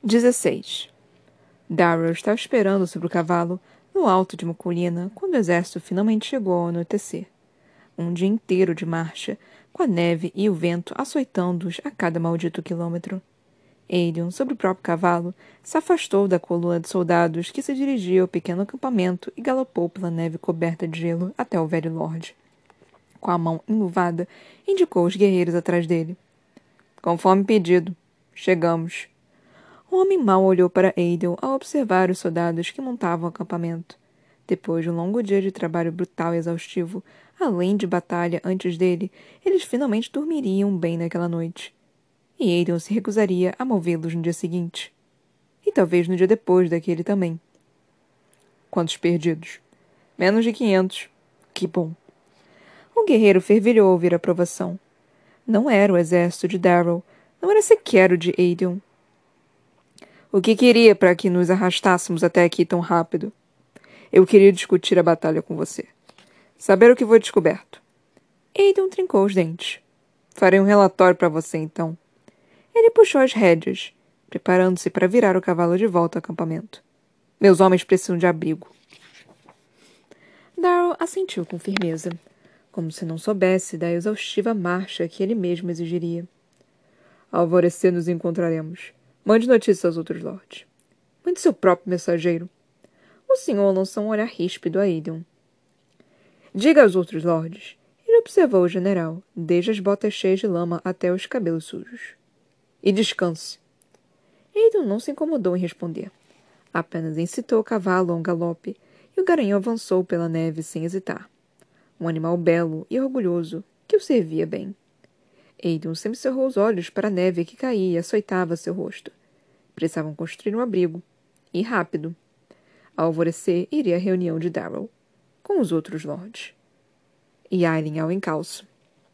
16. Darrow estava esperando sobre o cavalo, no alto de uma colina, quando o exército finalmente chegou ao anoitecer. Um dia inteiro de marcha, com a neve e o vento açoitando-os a cada maldito quilômetro. Aelion, sobre o próprio cavalo, se afastou da coluna de soldados que se dirigia ao pequeno acampamento e galopou pela neve coberta de gelo até o velho lorde. Com a mão enluvada, indicou os guerreiros atrás dele. Conforme pedido, chegamos. O homem mau olhou para Aelion ao observar os soldados que montavam o acampamento. Depois de um longo dia de trabalho brutal e exaustivo, além de batalha antes dele, eles finalmente dormiriam bem naquela noite. E Aelion se recusaria a movê-los no dia seguinte. E talvez no dia depois daquele também. Quantos perdidos? Menos de 500. Que bom. O guerreiro fervilhou ao ouvir a aprovação. Não era o exército de Darrow. Não era sequer o de Aelion. O que queria para que nos arrastássemos até aqui tão rápido? Eu queria discutir a batalha com você. Saber o que foi descoberto. Aelion trincou os dentes. Farei um relatório para você, então. Ele puxou as rédeas, preparando-se para virar o cavalo de volta ao acampamento. Meus homens precisam de abrigo. Darrow assentiu com firmeza, como se não soubesse da exaustiva marcha que ele mesmo exigiria. Ao alvorecer nos encontraremos. Mande notícias aos outros lords. Mande seu próprio mensageiro. O senhor lançou um olhar ríspido a Aelion. Diga aos outros lords. Ele observou o general, desde as botas cheias de lama até os cabelos sujos. E descanse. Aelion não se incomodou em responder. Apenas incitou o cavalo a um galope, e o garanhão avançou pela neve sem hesitar. Um animal belo e orgulhoso, que o servia bem. Aelion sempre cerrou os olhos para a neve que caía e açoitava seu rosto. Precisavam construir um abrigo. E rápido. Ao alvorecer, iria à reunião de Darrow, com os outros lords. E Ailin ao encalço.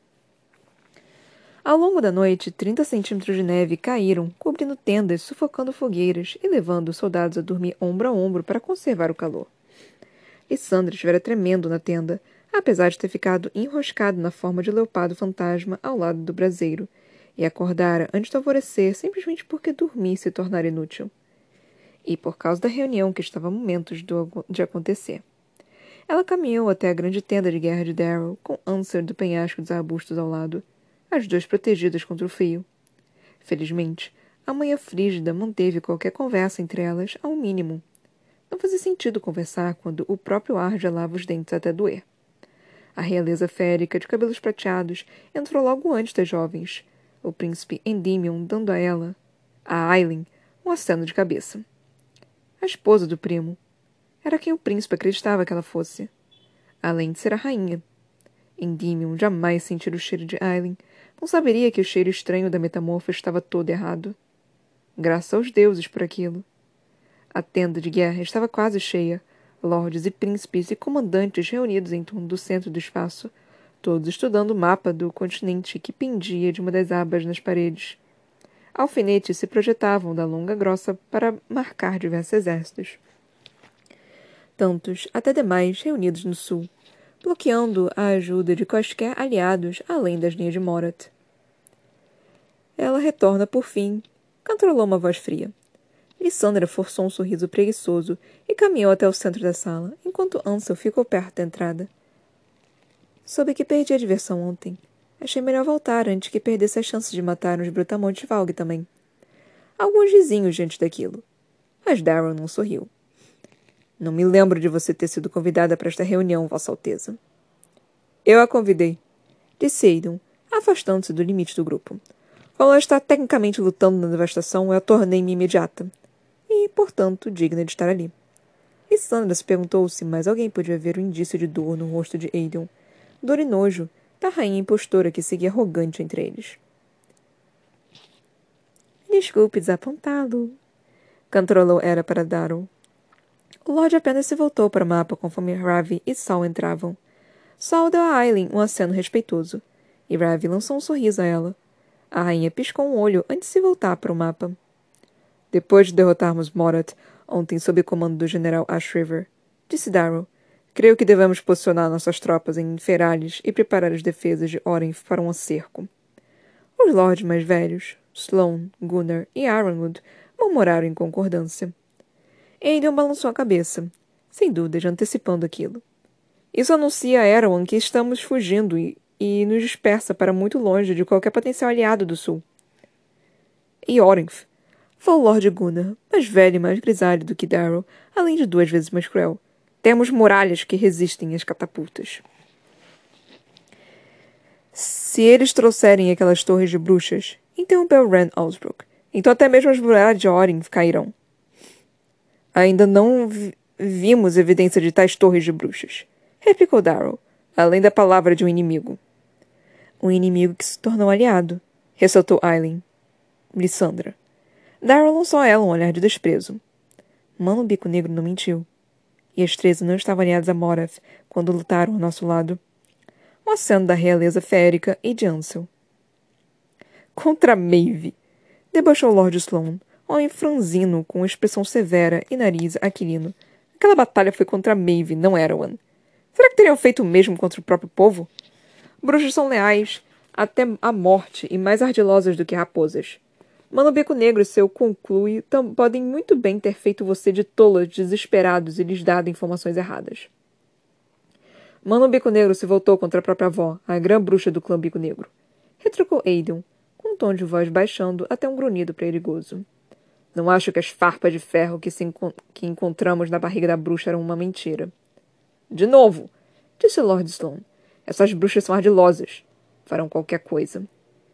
Ao longo da noite, 30 centímetros de neve caíram, cobrindo tendas, sufocando fogueiras e levando os soldados a dormir ombro a ombro para conservar o calor. Lissandra estivera tremendo na tenda, apesar de ter ficado enroscado na forma de leopardo fantasma ao lado do braseiro, e acordara antes do alvorecer simplesmente porque dormir se tornara inútil. E por causa da reunião que estava a momentos de acontecer. Ela caminhou até a grande tenda de guerra de Darrow, com Answer do penhasco dos arbustos ao lado, as duas protegidas contra o frio. Felizmente, a manhã frígida manteve qualquer conversa entre elas ao mínimo. Não fazia sentido conversar quando o próprio ar gelava os dentes até doer. A realeza férica, de cabelos prateados, entrou logo antes das jovens, o príncipe Endymion dando a ela, a Ailin, um aceno de cabeça. A esposa do primo. Era quem o príncipe acreditava que ela fosse. Além de ser a rainha. Endymion jamais sentira o cheiro de Ailin. Não saberia que o cheiro estranho da metamorfa estava todo errado. Graças aos deuses por aquilo. A tenda de guerra estava quase cheia. Lordes e príncipes e comandantes reunidos em torno do centro do espaço, todos estudando o mapa do continente que pendia de uma das abas nas paredes. Alfinetes se projetavam da longa grossa para marcar diversos exércitos. Tantos, até demais, reunidos no sul, bloqueando a ajuda de quaisquer aliados além das linhas de Morat. Ela retorna por fim, cantarolou uma voz fria. Lissandra forçou um sorriso preguiçoso e caminhou até o centro da sala, enquanto Ansel ficou perto da entrada. Soube que perdi a diversão ontem. Achei melhor voltar antes que perdesse a chance de matar uns brutamontes Valg também. Alguns vizinhos diante daquilo. Mas Darrow não sorriu. Não me lembro de você ter sido convidada para esta reunião, Vossa Alteza. Eu a convidei, disse Aiden, afastando-se do limite do grupo. Como ela está tecnicamente lutando na devastação, eu a tornei-me imediata. E, portanto, digna de estar ali. Lissandra se perguntou se mais alguém podia ver o indício de dor no rosto de Aiden, dor e nojo da rainha impostora que seguia arrogante entre eles. Desculpe desapontá-lo, cantarolou Era para Darrow. O Lorde apenas se voltou para o mapa conforme Ravi e Sol entravam. Sol deu a Ailin um aceno respeitoso, e Ravi lançou um sorriso a ela. A rainha piscou um olho antes de se voltar para o mapa. Depois de derrotarmos Morat, ontem sob o comando do general Ashriver, disse Darrow, creio que devemos posicionar nossas tropas em Ferales e preparar as defesas de Orenf para um cerco. Os lords mais velhos, Sloane, Gunnar e Ironwood, murmuraram em concordância. Aiden balançou a cabeça, sem dúvida antecipando aquilo. Isso anuncia a Erwan que estamos fugindo e nos dispersa para muito longe de qualquer potencial aliado do sul. E Orinth, falou Lord Gunnar, mais velho e mais grisalho do que Darrow, além de 2 vezes mais cruel. Temos muralhas que resistem às catapultas. Se eles trouxerem aquelas torres de bruxas, interrompeu Rand Alsbrook, então até mesmo as muralhas de Orinth cairão. Ainda não vimos evidência de tais torres de bruxas, replicou Darrow, além da palavra de um inimigo. Um inimigo que se tornou aliado, ressaltou Aileen. Lissandra. Darrow lançou a ela um olhar de desprezo. Mano Bico Negro não mentiu. E as 13 não estavam aliadas a Morath quando lutaram ao nosso lado. Um aceno da realeza férica e de Ansel. Contra Maeve, debochou Lord Sloane, homem franzino com expressão severa e nariz aquilino. Aquela batalha foi contra Maeve, não Erwan. Será que teriam feito o mesmo contra o próprio povo? Bruxas são leais até a morte e mais ardilosas do que raposas. Mano Beco Negro e seu conclui podem muito bem ter feito você de tolos desesperados e lhes dado informações erradas. Mano Bico Negro se voltou contra a própria avó, a grã bruxa do clã Bico Negro. Retrucou Aiden, com um tom de voz baixando até um grunhido perigoso. Não acho que as farpas de ferro que encontramos na barriga da bruxa eram uma mentira. De novo, disse Lord Sloane. Essas bruxas são ardilosas. Farão qualquer coisa.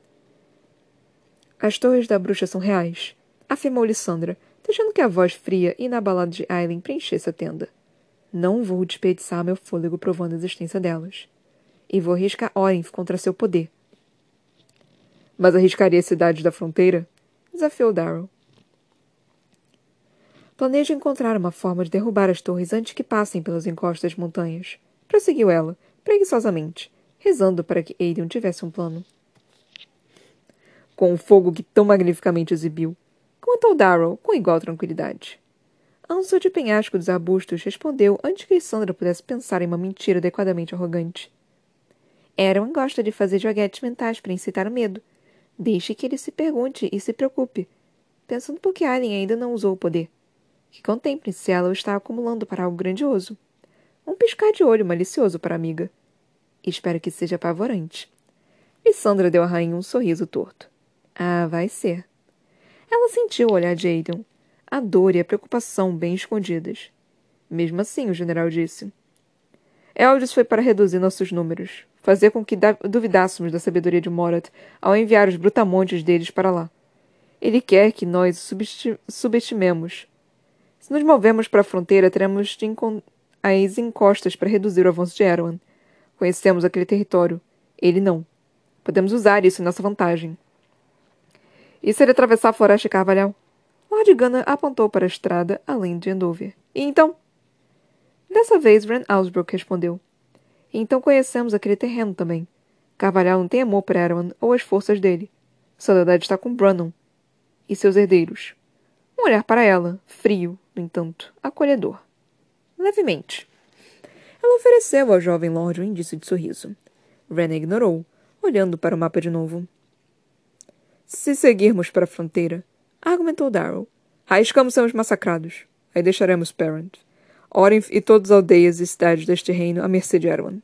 As torres da bruxa são reais, afirmou Lissandra, deixando que a voz fria e inabalada de Aileen preenchesse a tenda. Não vou desperdiçar meu fôlego provando a existência delas. E vou arriscar Orinth contra seu poder. Mas arriscaria a cidade da fronteira? Desafiou Darrow. Planejo encontrar uma forma de derrubar as torres antes que passem pelas encostas das montanhas. Prosseguiu ela, preguiçosamente, rezando para que Aiden tivesse um plano. Com o fogo que tão magnificamente exibiu, comentou Darrow com igual tranquilidade. Ansel de penhasco dos arbustos respondeu antes que Lissandra pudesse pensar em uma mentira adequadamente arrogante. Erwan gosta de fazer joguetes mentais para incitar o medo. Deixe que ele se pergunte e se preocupe, pensando por que Aileen ainda não usou o poder. Que contemple se ela o está acumulando para algo grandioso. Um piscar de olho malicioso para a amiga. E espero que seja apavorante. Lissandra deu à rainha um sorriso torto. Ah, vai ser. Ela sentiu o olhar de Aiden, a dor e a preocupação bem escondidas. Mesmo assim, o general disse. Eldris foi para reduzir nossos números, fazer com que duvidássemos da sabedoria de Morath ao enviar os brutamontes deles para lá. Ele quer que nós subestimemos. Se nos movermos para a fronteira, teremos as encostas para reduzir o avanço de Erwan. Conhecemos aquele território. Ele não. Podemos usar isso em nossa vantagem. E se ele atravessar a floresta de Carvalhal? Lord Gunnar apontou para a estrada além de Endover. E então? Dessa vez, Rand Alsbrook respondeu. E então conhecemos aquele terreno também. Carvalhal não tem amor por Erwan ou as forças dele. Sua lealdade está com Brannon e seus herdeiros. Um olhar para ela, frio, no entanto, acolhedor. Levemente. Ela ofereceu ao jovem Lorde um indício de sorriso. Rand ignorou, olhando para o mapa de novo. Se seguirmos para a fronteira, argumentou Darrow, arriscamos sermos massacrados. Aí deixaremos Parent, Orinth e todas as aldeias e cidades deste reino à mercê de Erwan.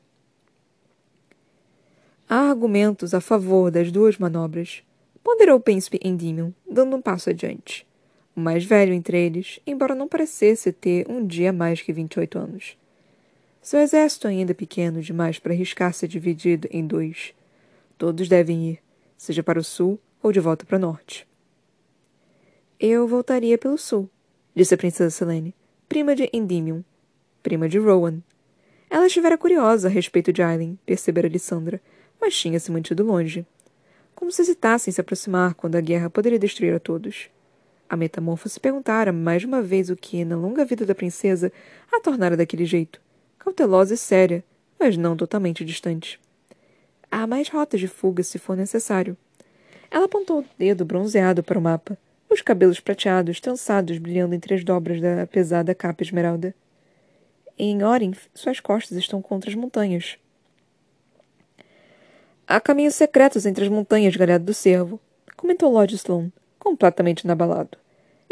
Há argumentos a favor das 2 manobras, ponderou o príncipe Endymion, dando um passo adiante. O mais velho entre eles, embora não parecesse ter um dia mais que 28 anos. Seu exército ainda é pequeno demais para arriscar ser dividido em 2. Todos devem ir, seja para o sul ou de volta para o norte. Eu voltaria pelo sul, disse a princesa Selene, prima de Endymion, prima de Rowan. Ela estivera curiosa a respeito de Aileen, percebera Lissandra, mas tinha se mantido longe. Como se hesitassem se aproximar quando a guerra poderia destruir a todos. A metamorfa se perguntara mais uma vez o que, na longa vida da princesa, a tornara daquele jeito, cautelosa e séria, mas não totalmente distante. Há mais rotas de fuga se for necessário. Ela apontou o dedo bronzeado para o mapa, os cabelos prateados, trançados, brilhando entre as dobras da pesada capa esmeralda. Em Orinth, suas costas estão contra as montanhas. Há caminhos secretos entre as montanhas, galhado do cervo, comentou Lord Sloane, completamente inabalado.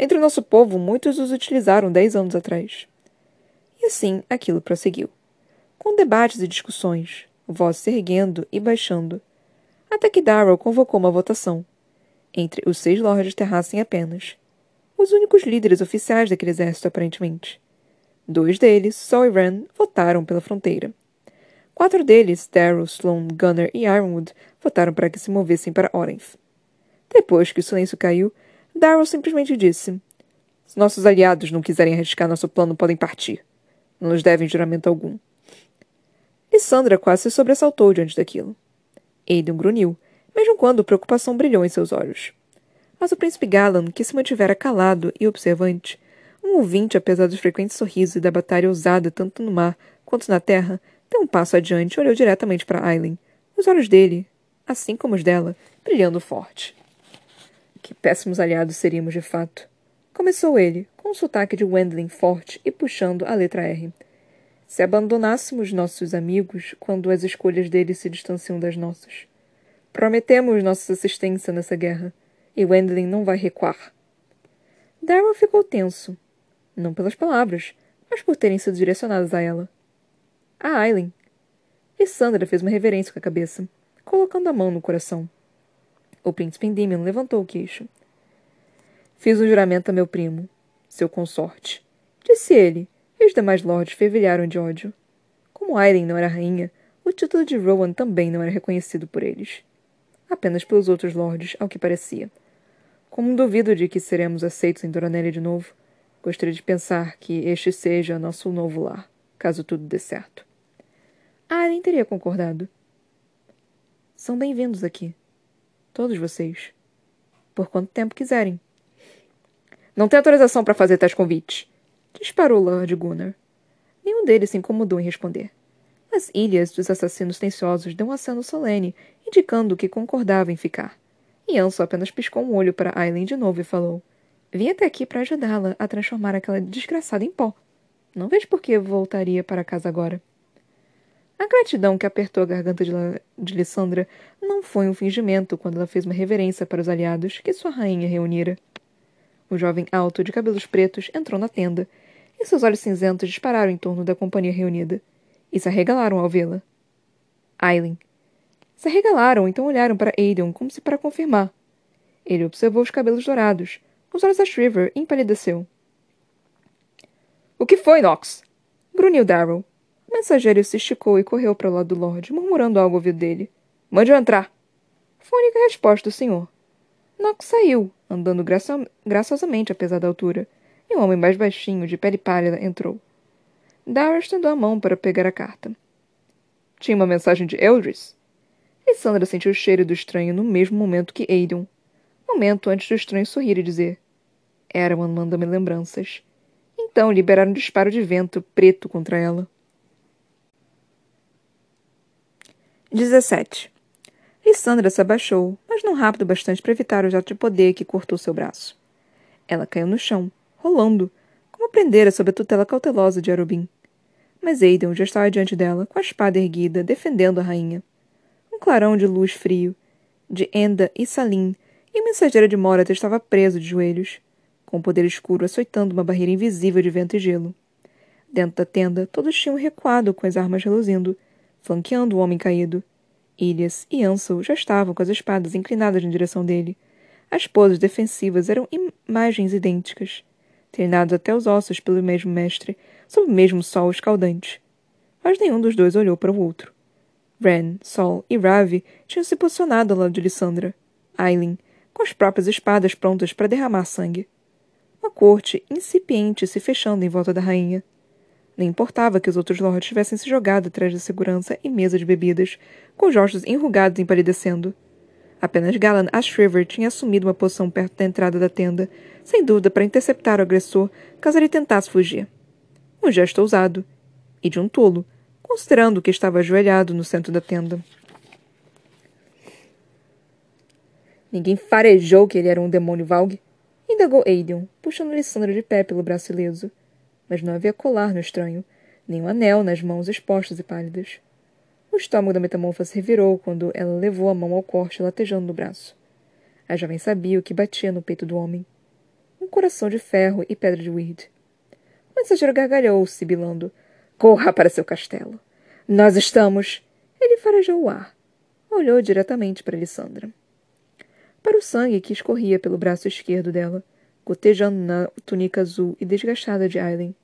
Entre o nosso povo, muitos os utilizaram 10 anos atrás. E assim aquilo prosseguiu, com debates e discussões, vozes se erguendo e baixando, até que Darrow convocou uma votação. Entre os 6 lords Terrassen apenas. Os únicos líderes oficiais daquele exército, aparentemente. 2 deles, Sol e Ren, votaram pela fronteira. 4 deles, Darrow, Sloane, Gunner e Ironwood, votaram para que se movessem para Orenth. Depois que o silêncio caiu, Darrow simplesmente disse: se nossos aliados não quiserem arriscar nosso plano, podem partir. Não nos devem juramento algum. Lissandra quase se sobressaltou diante daquilo. Aiden grunhiu, mesmo quando preocupação brilhou em seus olhos. Mas o príncipe Galan, que se mantivera calado e observante, um ouvinte apesar dos frequentes sorrisos e da batalha ousada tanto no mar quanto na terra, deu um passo adiante e olhou diretamente para Aileen, os olhos dele, assim como os dela, brilhando forte. Que péssimos aliados seríamos de fato. Começou ele, com um sotaque de Wendling forte e puxando a letra R. Se abandonássemos nossos amigos quando as escolhas deles se distanciam das nossas. Prometemos nossa assistência nessa guerra, e Wendling não vai recuar. Darrow ficou tenso, não pelas palavras, mas por terem sido direcionadas a ela. A Aileen. Lissandra fez uma reverência com a cabeça, colocando a mão no coração. O príncipe Endymion levantou o queixo. Fiz um juramento a meu primo, seu consorte, disse ele, e os demais lords fervilharam de ódio. Como Aileen não era rainha, o título de Rowan também não era reconhecido por eles. Apenas pelos outros lords, ao que parecia. Como duvido de que seremos aceitos em Doranélia de novo, gostaria de pensar que este seja nosso novo lar, caso tudo dê certo. Aileen teria concordado. São bem-vindos aqui. Todos vocês. Por quanto tempo quiserem. Não tem autorização para fazer tais convites, disparou Lord Gunnar. Nenhum deles se incomodou em responder. As ilhas dos assassinos tenciosos deu um aceno solene, indicando que concordava em ficar. E Ansel apenas piscou um olho para Aileen de novo e falou: vim até aqui para ajudá-la a transformar aquela desgraçada em pó. Não vejo por que voltaria para casa agora. A gratidão que apertou a garganta de Lissandra não foi um fingimento quando ela fez uma reverência para os aliados que sua rainha reunira. O jovem alto de cabelos pretos entrou na tenda, e seus olhos cinzentos dispararam em torno da companhia reunida, e se arregalaram ao vê-la. Aileen. Se arregalaram, então olharam para Aiden como se para confirmar. Ele observou os cabelos dourados. Os olhos da Shriver e empalideceu. O que foi, Nox? Grunhiu Darrow. O mensageiro se esticou e correu para o lado do Lorde, murmurando algo ao ouvido dele. Mande-o entrar. Foi a única resposta do senhor. Nox saiu, andando graciosamente apesar da altura, e um homem mais baixinho, de pele pálida, entrou. Darrow estendeu a mão para pegar a carta. Tinha uma mensagem de Eldris? Lissandra sentiu o cheiro do estranho no mesmo momento que Aiden. Momento antes do estranho sorrir e dizer: Erawan manda-me lembranças. Então liberaram um disparo de vento preto contra ela. 17. Lissandra se abaixou, mas não rápido bastante para evitar o jato de poder que cortou seu braço. Ela caiu no chão, rolando, como prendera sob a tutela cautelosa de Arobin. Mas Aiden já estava diante dela, com a espada erguida, defendendo a rainha. Um clarão de luz frio, de Enda e Salim, e o mensageiro de Morath estava preso de joelhos, com o poder escuro açoitando uma barreira invisível de vento e gelo. Dentro da tenda, todos tinham recuado com as armas reluzindo, flanqueando o homem caído. Ilias e Ansel já estavam com as espadas inclinadas na direção dele. As poses defensivas eram imagens idênticas, treinados até os ossos pelo mesmo mestre, sob o mesmo sol escaldante. Mas nenhum dos dois olhou para o outro. Ren, Sol e Ravi tinham se posicionado ao lado de Lissandra. Aileen, com as próprias espadas prontas para derramar sangue. Uma corte incipiente se fechando em volta da rainha. Nem importava que os outros lords tivessem se jogado atrás da segurança e mesa de bebidas, com os rostos enrugados e empalidecendo. Apenas Galan Ashriver tinha assumido uma posição perto da entrada da tenda, sem dúvida para interceptar o agressor caso ele tentasse fugir. Um gesto ousado, e de um tolo, considerando que estava ajoelhado no centro da tenda. Ninguém farejou que ele era um demônio Valg, indagou Aiden, puxando Lissandra de pé pelo braço ileso. Mas não havia colar no estranho, nem um anel nas mãos expostas e pálidas. O estômago da metamorfa se revirou quando ela levou a mão ao corte latejando no braço. A jovem sabia o que batia no peito do homem. Um coração de ferro e pedra de Weird. O mensageiro gargalhou, sibilando. Corra para seu castelo. Nós estamos... Ele farejou o ar. Olhou diretamente para Lissandra. Para o sangue que escorria pelo braço esquerdo dela, gotejando na túnica azul e desgastada de Aileen.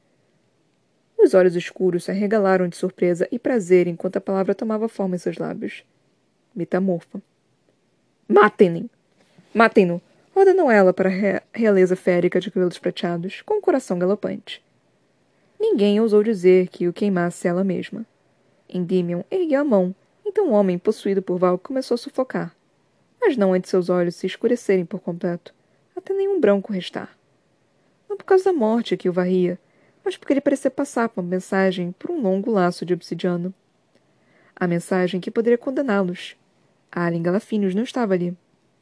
Os olhos escuros se arregalaram de surpresa e prazer enquanto a palavra tomava forma em seus lábios. Metamorfa. Matem-no! Matem-no! Ordenou ela para a realeza férica de cabelos prateados, com o coração galopante. Ninguém ousou dizer que o queimasse ela mesma. Endymion ergueu a mão, então o homem possuído por Val começou a sufocar. Mas não antes seus olhos se escurecerem por completo, até nenhum branco restar. Não por causa da morte que o varria, mas porque ele parecia passar por uma mensagem por um longo laço de obsidiano. A mensagem que poderia condená-los. Alien Galafinius não estava ali.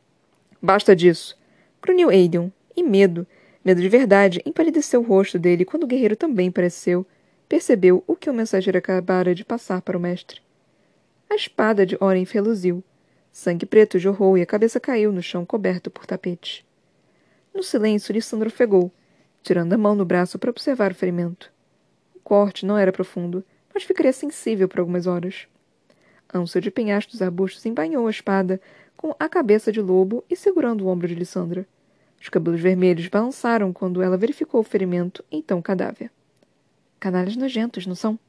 Basta disso! Grunhiu Aedion, e medo de verdade, empalideceu o rosto dele quando o guerreiro também percebeu o que o mensageiro acabara de passar para o mestre. A espada de Orenf reluziu. Sangue preto jorrou e a cabeça caiu no chão coberto por tapetes. No silêncio, Lissandra ofegou, tirando a mão no braço para observar o ferimento. O corte não era profundo, mas ficaria sensível por algumas horas. Ânsia de penhasco dos arbustos embainhou a espada com a cabeça de lobo e segurando o ombro de Lissandra. Os cabelos vermelhos balançaram quando ela verificou o ferimento, então o cadáver. Canalhas nojentos, não são?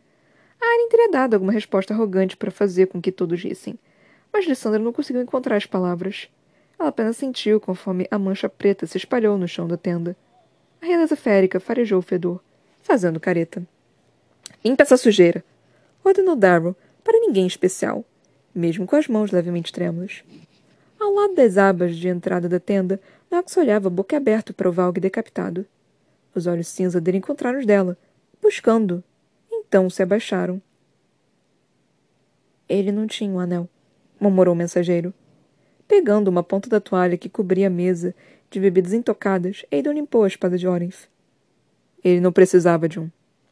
A Arryn teria dado alguma resposta arrogante para fazer com que todos rissem, mas Lissandra não conseguiu encontrar as palavras. Ela apenas sentiu conforme a mancha preta se espalhou no chão da tenda. A realeza férica farejou o fedor, fazendo careta. Limpa essa sujeira! Ordenou Darrow, para ninguém especial, mesmo com as mãos levemente trêmulas. Ao lado das abas de entrada da tenda, Nox olhava boquiaberto para o Valg decapitado. Os olhos cinza dele encontraram os dela, buscando. Então se abaixaram. Ele não tinha um anel, murmurou o mensageiro. Pegando uma ponta da toalha que cobria a mesa de bebidas intocadas, Aedion limpou a espada de Orenf. Ele não precisava de um.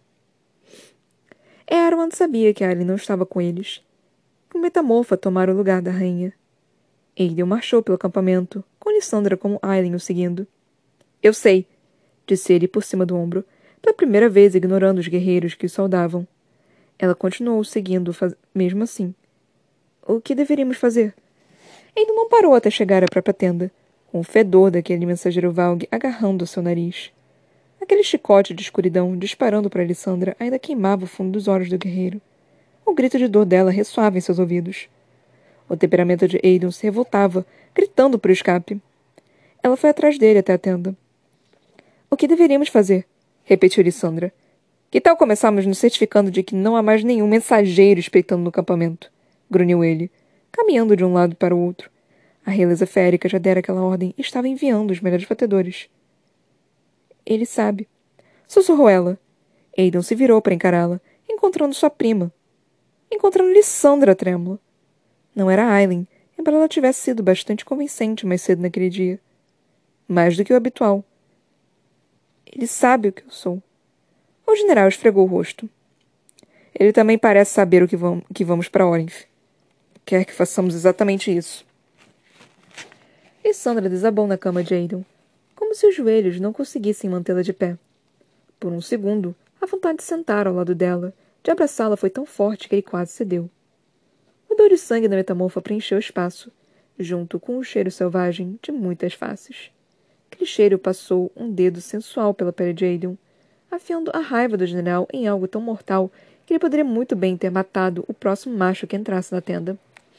Erwan sabia que Aileen não estava com eles. O metamorfa tomara o lugar da rainha. Aedion marchou pelo acampamento, com Lissandra como Aileen o seguindo. Eu sei, disse ele por cima do ombro, pela primeira vez ignorando os guerreiros que o saudavam. Ela continuou seguindo, mesmo assim. O que deveríamos fazer? Aedion não parou até chegar à própria tenda, com o fedor daquele mensageiro Valg agarrando seu nariz. Aquele chicote de escuridão disparando para Lissandra ainda queimava o fundo dos olhos do guerreiro. O grito de dor dela ressoava em seus ouvidos. O temperamento de Aedion se revoltava, gritando por escape. Ela foi atrás dele até a tenda. O que deveríamos fazer? Repetiu Lissandra. Que tal começarmos nos certificando de que não há mais nenhum mensageiro espreitando no acampamento? Grunhiu ele, caminhando de um lado para o outro. A realeza férica já dera aquela ordem e estava enviando os melhores batedores. Ele sabe. Sussurrou ela. Aedion se virou para encará-la, encontrando sua prima. Encontrando Lissandra trêmula. Não era Aileen, embora ela tivesse sido bastante convincente mais cedo naquele dia. Mais do que o habitual. Ele sabe o que eu sou. O general esfregou o rosto. Ele também parece saber que vamos para Orenf. Quer que façamos exatamente isso. Lissandra desabou na cama de Aedion, como se os joelhos não conseguissem mantê-la de pé. Por um segundo, a vontade de sentar ao lado dela, de abraçá-la, foi tão forte que ele quase cedeu. O odor de sangue da metamorfa preencheu o espaço, junto com o cheiro selvagem de muitas faces. Aquele cheiro passou um dedo sensual pela pele de Aedion, afiando a raiva do general em algo tão mortal que ele poderia muito bem ter matado o próximo macho que entrasse na tenda.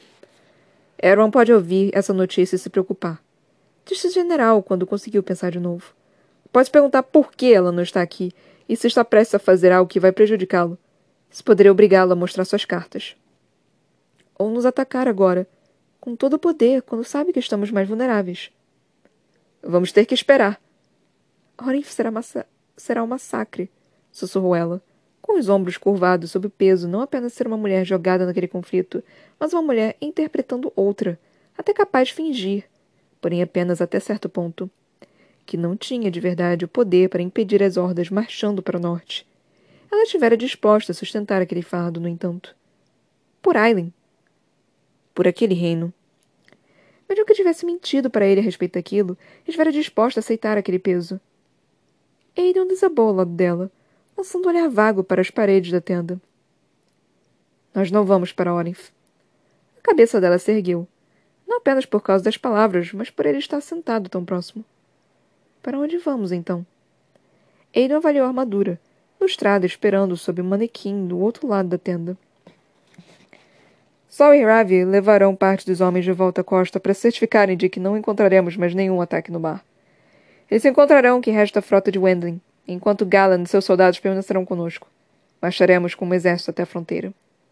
Erwan pode ouvir essa notícia e se preocupar, disse o general quando conseguiu pensar de novo. Pode perguntar por que ela não está aqui e se está prestes a fazer algo que vai prejudicá-lo. Isso poderia obrigá-lo a mostrar suas cartas. Ou nos atacar agora, com todo o poder, quando sabe que estamos mais vulneráveis. Vamos ter que esperar. Orenf será um massacre, sussurrou ela, com os ombros curvados sob o peso não apenas de ser uma mulher jogada naquele conflito, mas uma mulher interpretando outra, até capaz de fingir, porém apenas até certo ponto, que não tinha de verdade o poder para impedir as hordas marchando para o norte. Ela estivera disposta a sustentar aquele fardo, no entanto. Por Aileen. Por aquele reino. Mesmo que eu tivesse mentido para ele a respeito daquilo, estivera disposta a aceitar aquele peso. Aiden desabou ao lado dela, lançando um olhar vago para as paredes da tenda. Nós não vamos para Orinth. A cabeça dela se ergueu. Não apenas por causa das palavras, mas por ele estar sentado tão próximo. Para onde vamos, então? Aiden avaliou a armadura, lustrada esperando sob um manequim do outro lado da tenda. Sol e Ravi levarão parte dos homens de volta à costa para certificarem de que não encontraremos mais nenhum ataque no mar. Eles encontrarão o que resta da frota de Wendling, enquanto Galan e seus soldados permanecerão conosco. Marcharemos com um exército até a fronteira.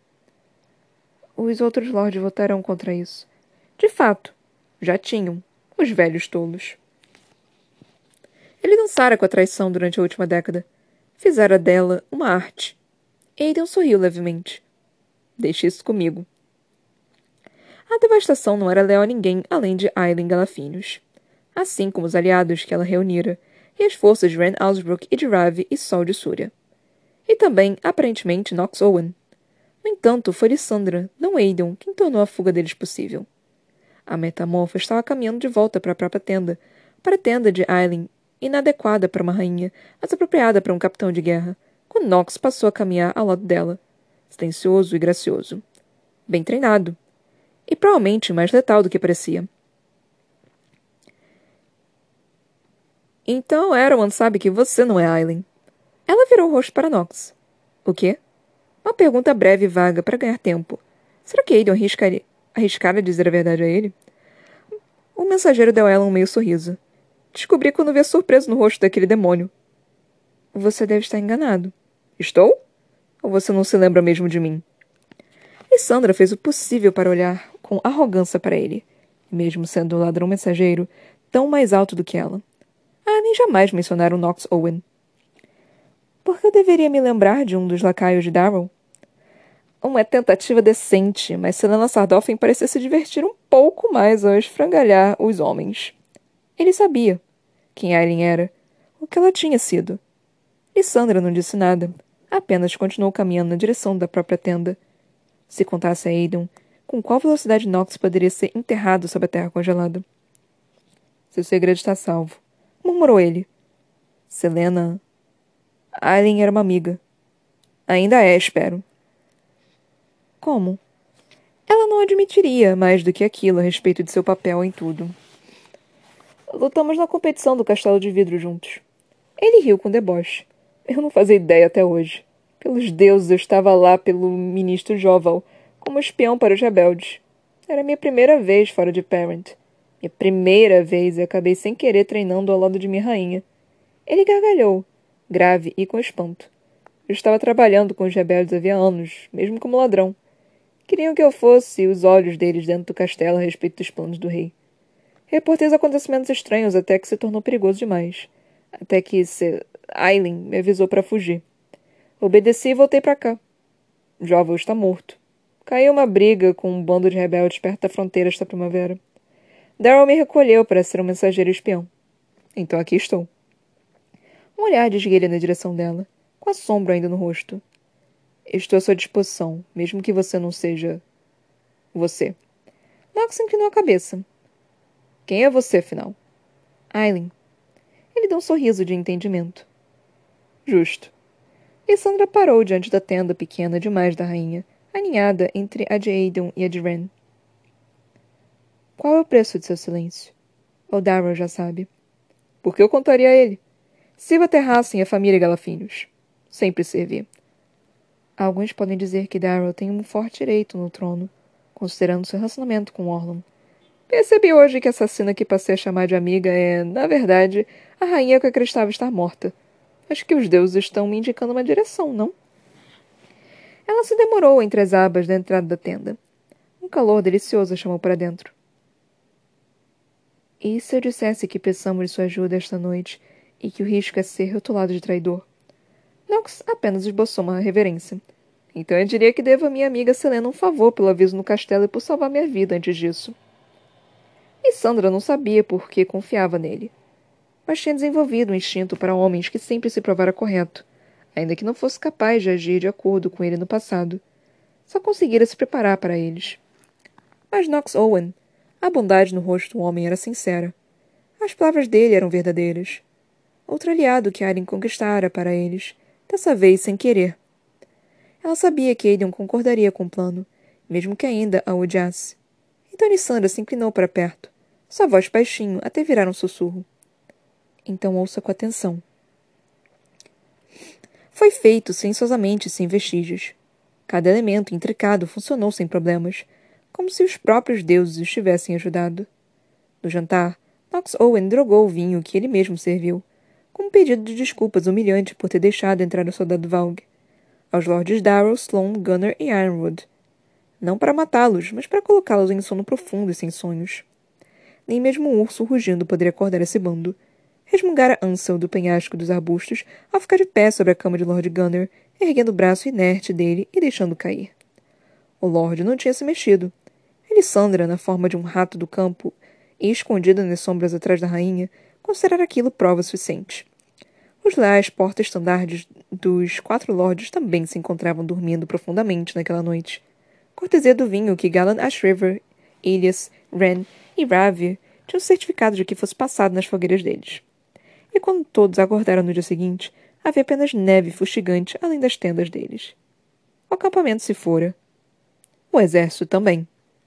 Os outros lords votarão contra isso. De fato, já tinham, os velhos tolos. Ele dançara com a traição durante a última década. Fizera dela uma arte. Aiden sorriu levemente. Deixe isso comigo. A devastação não era leal a ninguém além de Ailyn Galafinhos, assim como os aliados que ela reunira, e as forças de Ren Osbrook e de Ravi e Sol de Súria. E também, aparentemente, Nox Owen. No entanto, foi Lysandra, não Aiden, quem tornou a fuga deles possível. A metamorfa estava caminhando de volta para a própria tenda, para a tenda de Ailyn, inadequada para uma rainha, mas apropriada para um capitão de guerra, quando Nox passou a caminhar ao lado dela, silencioso e gracioso. Bem treinado. E provavelmente mais letal do que parecia. Então Erwan sabe que você não é Ailyn. Ela virou o rosto para Nox. O quê? Uma pergunta breve e vaga para ganhar tempo. Será que Aiden arriscara dizer a verdade a ele? O mensageiro deu a ela um meio sorriso. Descobri quando vi a surpresa no rosto daquele demônio. Você deve estar enganado. Estou? Ou você não se lembra mesmo de mim? Lysandra fez o possível para olhar com arrogância para ele, mesmo sendo o ladrão mensageiro tão mais alto do que ela. Nem jamais mencionaram Nox Owen. Por que eu deveria me lembrar de um dos lacaios de Darrow? Uma tentativa decente, mas Selena Sardoffen parecia se divertir um pouco mais ao esfrangalhar os homens. Ele sabia quem Ailyn era, o que ela tinha sido. Lysandra não disse nada, apenas continuou caminhando na direção da própria tenda. Se contasse a Aiden, com qual velocidade Nox poderia ser enterrado sob a terra congelada? Seu segredo está salvo, murmurou ele. Selena... Ailyn era uma amiga. Ainda é, espero. Como? Ela não admitiria mais do que aquilo a respeito de seu papel em tudo. Lutamos na competição do castelo de vidro juntos. Ele riu com deboche. Eu não fazia ideia até hoje. Pelos deuses, eu estava lá pelo ministro Joval, como espião para os rebeldes. Era minha primeira vez fora de Parent. Minha primeira vez e acabei sem querer treinando ao lado de minha rainha. Ele gargalhou, grave e com espanto. Eu estava trabalhando com os rebeldes havia anos, mesmo como ladrão. Queriam que eu fosse os olhos deles dentro do castelo a respeito dos planos do rei. Reportei os acontecimentos estranhos até que se tornou perigoso demais. Até que Ailyn me avisou para fugir. Obedeci e voltei para cá. Joval está morto. Caiu uma briga com um bando de rebeldes perto da fronteira esta primavera. Darrow me recolheu para ser um mensageiro espião. Então aqui estou. Um olhar de esguelha na direção dela, com assombro ainda no rosto. Estou à sua disposição, mesmo que você não seja... você. Nox inclinou a cabeça. Quem é você, afinal? Ailyn. Ele deu um sorriso de entendimento. Justo. Lysandra parou diante da tenda pequena demais da rainha, aninhada entre a de Aiden e a de Ren. Qual é o preço de seu silêncio? O Darrow já sabe. Por que eu contaria a ele? Sirva Terrassen e a família Galafinhos. Sempre servi. Alguns podem dizer que Darrow tem um forte direito no trono, considerando seu relacionamento com Orlon. Percebi hoje que a assassina que passei a chamar de amiga é, na verdade, a rainha que eu acreditava estar morta. Acho que os deuses estão me indicando uma direção, não? Ela se demorou entre as abas da entrada da tenda. Um calor delicioso a chamou para dentro. E se eu dissesse que precisamos de sua ajuda esta noite e que o risco é ser rotulado de traidor? Nox apenas esboçou uma reverência. Então eu diria que devo a minha amiga Selena um favor pelo aviso no castelo e por salvar minha vida antes disso. Lysandra não sabia por que confiava nele, mas tinha desenvolvido um instinto para homens que sempre se provara correto, ainda que não fosse capaz de agir de acordo com ele no passado. Só conseguira se preparar para eles. Mas Nox Owen, A bondade no rosto do homem era sincera. As palavras dele eram verdadeiras. Outro aliado que Aiden conquistara para eles, dessa vez sem querer. Ela sabia que Aiden concordaria com o plano, mesmo que ainda a odiasse. Então Alessandra se inclinou para perto, sua voz baixinho até virar um sussurro. Então ouça com atenção. Foi feito silenciosamente sem vestígios. Cada elemento intricado funcionou sem problemas, como se os próprios deuses os tivessem ajudado. No jantar, Knox Owen drogou o vinho que ele mesmo serviu, com um pedido de desculpas humilhante por ter deixado entrar o soldado Valg. Aos lords Darrow, Sloane, Gunner e Ironwood. Não para matá-los, mas para colocá-los em sono profundo e sem sonhos. Nem mesmo um urso rugindo poderia acordar esse bando. Resmungara Ansel do penhasco dos arbustos ao ficar de pé sobre a cama de Lord Gunner, erguendo o braço inerte dele e deixando cair. O Lorde não tinha se mexido. Elisandra, na forma de um rato do campo, e escondida nas sombras atrás da rainha, considerara aquilo prova suficiente. Os leais porta-estandardes dos 4 lordes também se encontravam dormindo profundamente naquela noite. Cortesia do vinho que Galan Ashriver, Ilias, Ren e Ravir tinham certificado de que fosse passado nas fogueiras deles. E quando todos acordaram no dia seguinte, havia apenas neve fustigante além das tendas deles. O acampamento se fora. O exército também.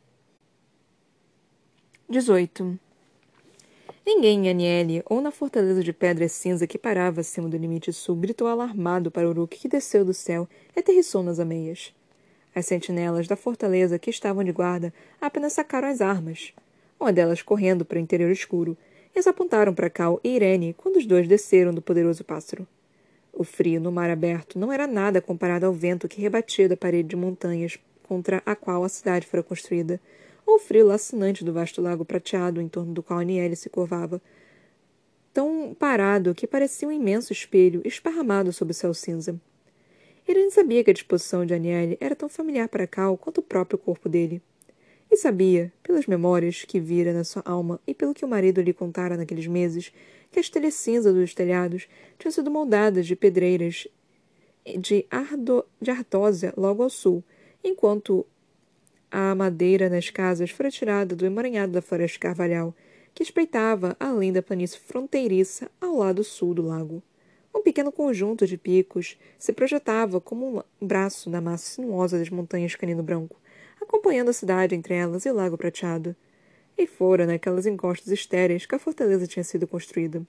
18. Ninguém em Aniele ou na fortaleza de pedra cinza que parava acima do limite sul gritou alarmado para Uruk que desceu do céu e aterrissou nas ameias. As sentinelas da fortaleza que estavam de guarda apenas sacaram as armas, uma delas correndo para o interior escuro, e as apontaram para Cal e Irene quando os dois desceram do poderoso pássaro. O frio no mar aberto não era nada comparado ao vento que rebatia da parede de montanhas contra a qual a cidade fora construída, ou o frio lacinante do vasto lago prateado em torno do qual Aniele se curvava, tão parado que parecia um imenso espelho esparramado sob o céu cinza. Irene sabia que a disposição de Aniele era tão familiar para Cal quanto o próprio corpo dele. E sabia, pelas memórias que vira na sua alma e pelo que o marido lhe contara naqueles meses, que as telhas cinza dos telhados tinham sido moldadas de pedreiras de artósia logo ao sul, enquanto a madeira nas casas fora tirada do emaranhado da floresta carvalhal, que espreitava além da planície fronteiriça ao lado sul do lago. Um pequeno conjunto de picos se projetava como um braço na massa sinuosa das montanhas Canino Branco, acompanhando a cidade entre elas e o lago prateado. E fora naquelas encostas estéreis que a fortaleza tinha sido construída.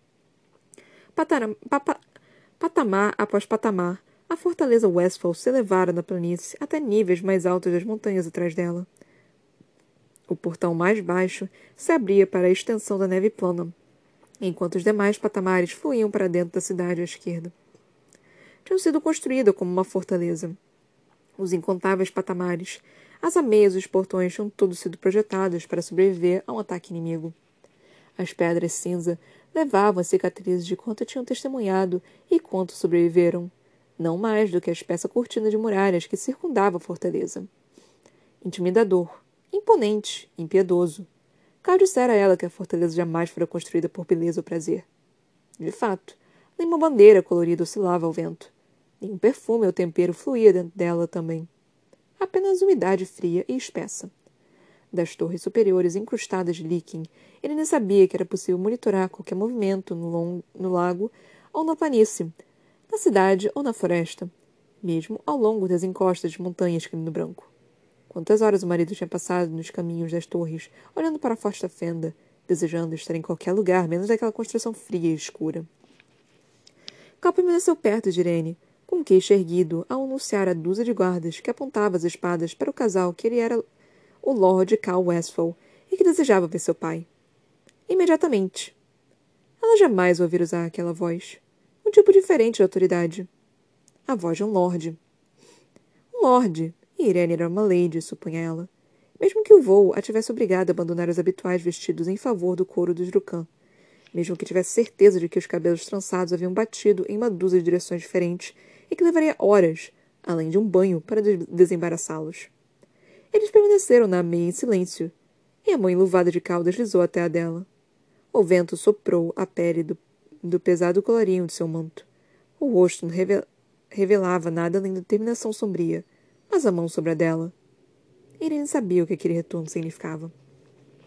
Patamar após patamar, a fortaleza Westfall se elevara na planície até níveis mais altos das montanhas atrás dela. O portão mais baixo se abria para a extensão da neve plana, enquanto os demais patamares fluíam para dentro da cidade à esquerda. Tinham sido construídas como uma fortaleza. Os incontáveis patamares, as ameias e os portões tinham todos sido projetados para sobreviver a um ataque inimigo. As pedras cinza levavam as cicatrizes de quanto tinham testemunhado e quanto sobreviveram, não mais do que a espessa cortina de muralhas que circundava a fortaleza. Intimidador, imponente, impiedoso. Cal dissera a ela que a fortaleza jamais fora construída por beleza ou prazer. De fato, nenhuma bandeira colorida oscilava ao vento. Nenhum perfume ou tempero fluía dentro dela também. Apenas umidade fria e espessa. Das torres superiores incrustadas de líquen, ele nem sabia que era possível monitorar qualquer movimento no lago ou na planície, na cidade ou na floresta, mesmo ao longo das encostas de montanhas Canino Branco. Quantas horas o marido tinha passado nos caminhos das torres, olhando para a forte fenda, desejando estar em qualquer lugar, menos daquela construção fria e escura. Cal permaneceu perto de Irene, com o queixo erguido, ao anunciar a dúzia de guardas que apontava as espadas para o casal que ele era o Lord Cal Westfall e que desejava ver seu pai. Imediatamente. Ela jamais ouvira usar aquela voz. Um tipo diferente de autoridade. A voz de um lorde. Um lorde. E Irene era uma lady, supunha ela. Mesmo que o voo a tivesse obrigado a abandonar os habituais vestidos em favor do couro dos Drukham. Mesmo que tivesse certeza de que os cabelos trançados haviam batido em uma dúzia de direções diferentes e que levaria horas, além de um banho, para desembaraçá-los. Eles permaneceram na ameia em silêncio, e a mão enluvada de Cal deslizou até a dela. O vento soprou a pele do pesado colarinho de seu manto. O rosto não revelava nada além da determinação sombria, mas a mão sobre a dela. Irene sabia o que aquele retorno significava.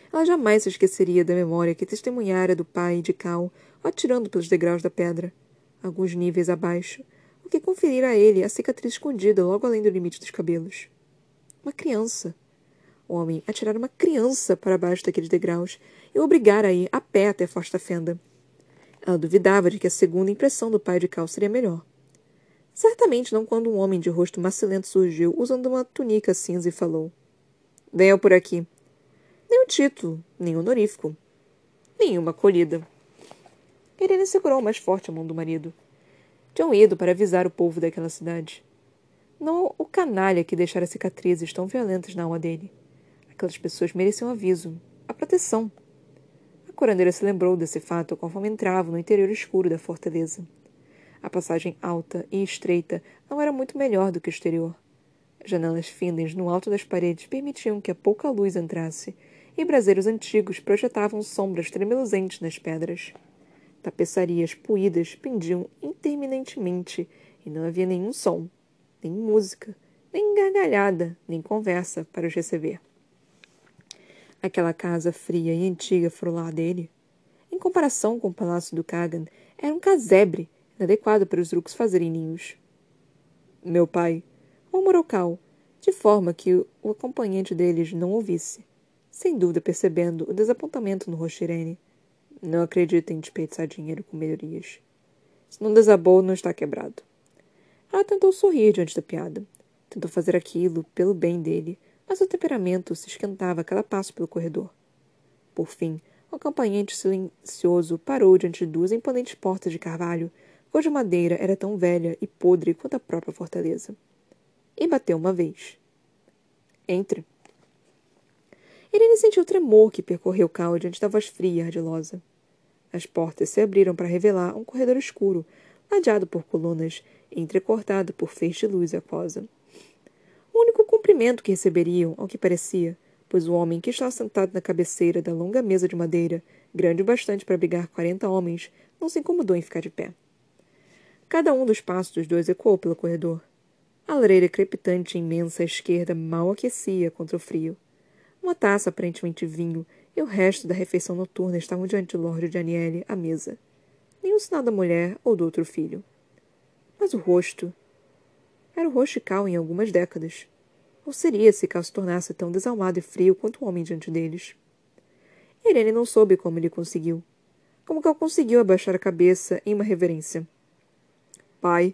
Ela jamais se esqueceria da memória que testemunhara do pai de Cal atirando pelos degraus da pedra, alguns níveis abaixo, o que conferira a ele a cicatriz escondida logo além do limite dos cabelos. Uma criança. O homem atirara uma criança para baixo daqueles degraus e o obrigara a ir a pé até a forte fenda. Ela duvidava de que a segunda impressão do pai de Cal seria melhor. Certamente não quando um homem de rosto macilento surgiu, usando uma túnica cinza e falou: "Venha por aqui." Nem um título, nem honorífico. Nenhuma acolhida. Irene segurou mais forte a mão do marido. Tinham ido para avisar o povo daquela cidade. Não o canalha que deixara cicatrizes tão violentas na alma dele. Aquelas pessoas mereciam aviso, a proteção. A curandeira se lembrou desse fato conforme entravam no interior escuro da fortaleza. A passagem alta e estreita não era muito melhor do que o exterior. Janelas finas no alto das paredes permitiam que a pouca luz entrasse, e braseiros antigos projetavam sombras tremeluzentes nas pedras. Tapeçarias poídas pendiam interminentemente, e não havia nenhum som, nem música, nem gargalhada, nem conversa para os receber. Aquela casa fria e antiga fora dele, em comparação com o palácio do Kagan, era um casebre inadequado para os Rooks fazerem ninhos. "Meu pai", murmurou Cal, de forma que o acompanhante deles não ouvisse, sem dúvida percebendo o desapontamento no rosto de Irene. "Não acredito em desperdiçar dinheiro com melhorias. Se não desabou, não está quebrado." Ela tentou sorrir diante da piada. Tentou fazer aquilo pelo bem dele, mas o temperamento se esquentava a cada passo pelo corredor. Por fim, o acompanhante silencioso parou diante de duas imponentes portas de carvalho, cuja madeira era tão velha e podre quanto a própria fortaleza. E bateu uma vez. "Entre." Irene sentiu o tremor que percorreu Cal diante da voz fria e ardilosa. As portas se abriram para revelar um corredor escuro, ladeado por colunas e entrecortado por feixes de luz aquosa. O único cumprimento que receberiam, ao que parecia, pois o homem que estava sentado na cabeceira da longa mesa de madeira, grande o bastante para abrigar 40 homens, não se incomodou em ficar de pé. Cada um dos passos dos dois ecoou pelo corredor. A lareira crepitante imensa à esquerda mal aquecia contra o frio. Uma taça aparentemente vinho e o resto da refeição noturna estavam diante de Lord Daniele à mesa. Nenhum sinal da mulher ou do outro filho. Mas o rosto... Era o rosto de Cal em algumas décadas. Ou seria se Cal se tornasse tão desalmado e frio quanto o homem diante deles? Irene não soube como ele conseguiu. Como Cal conseguiu abaixar a cabeça em uma reverência. "Pai."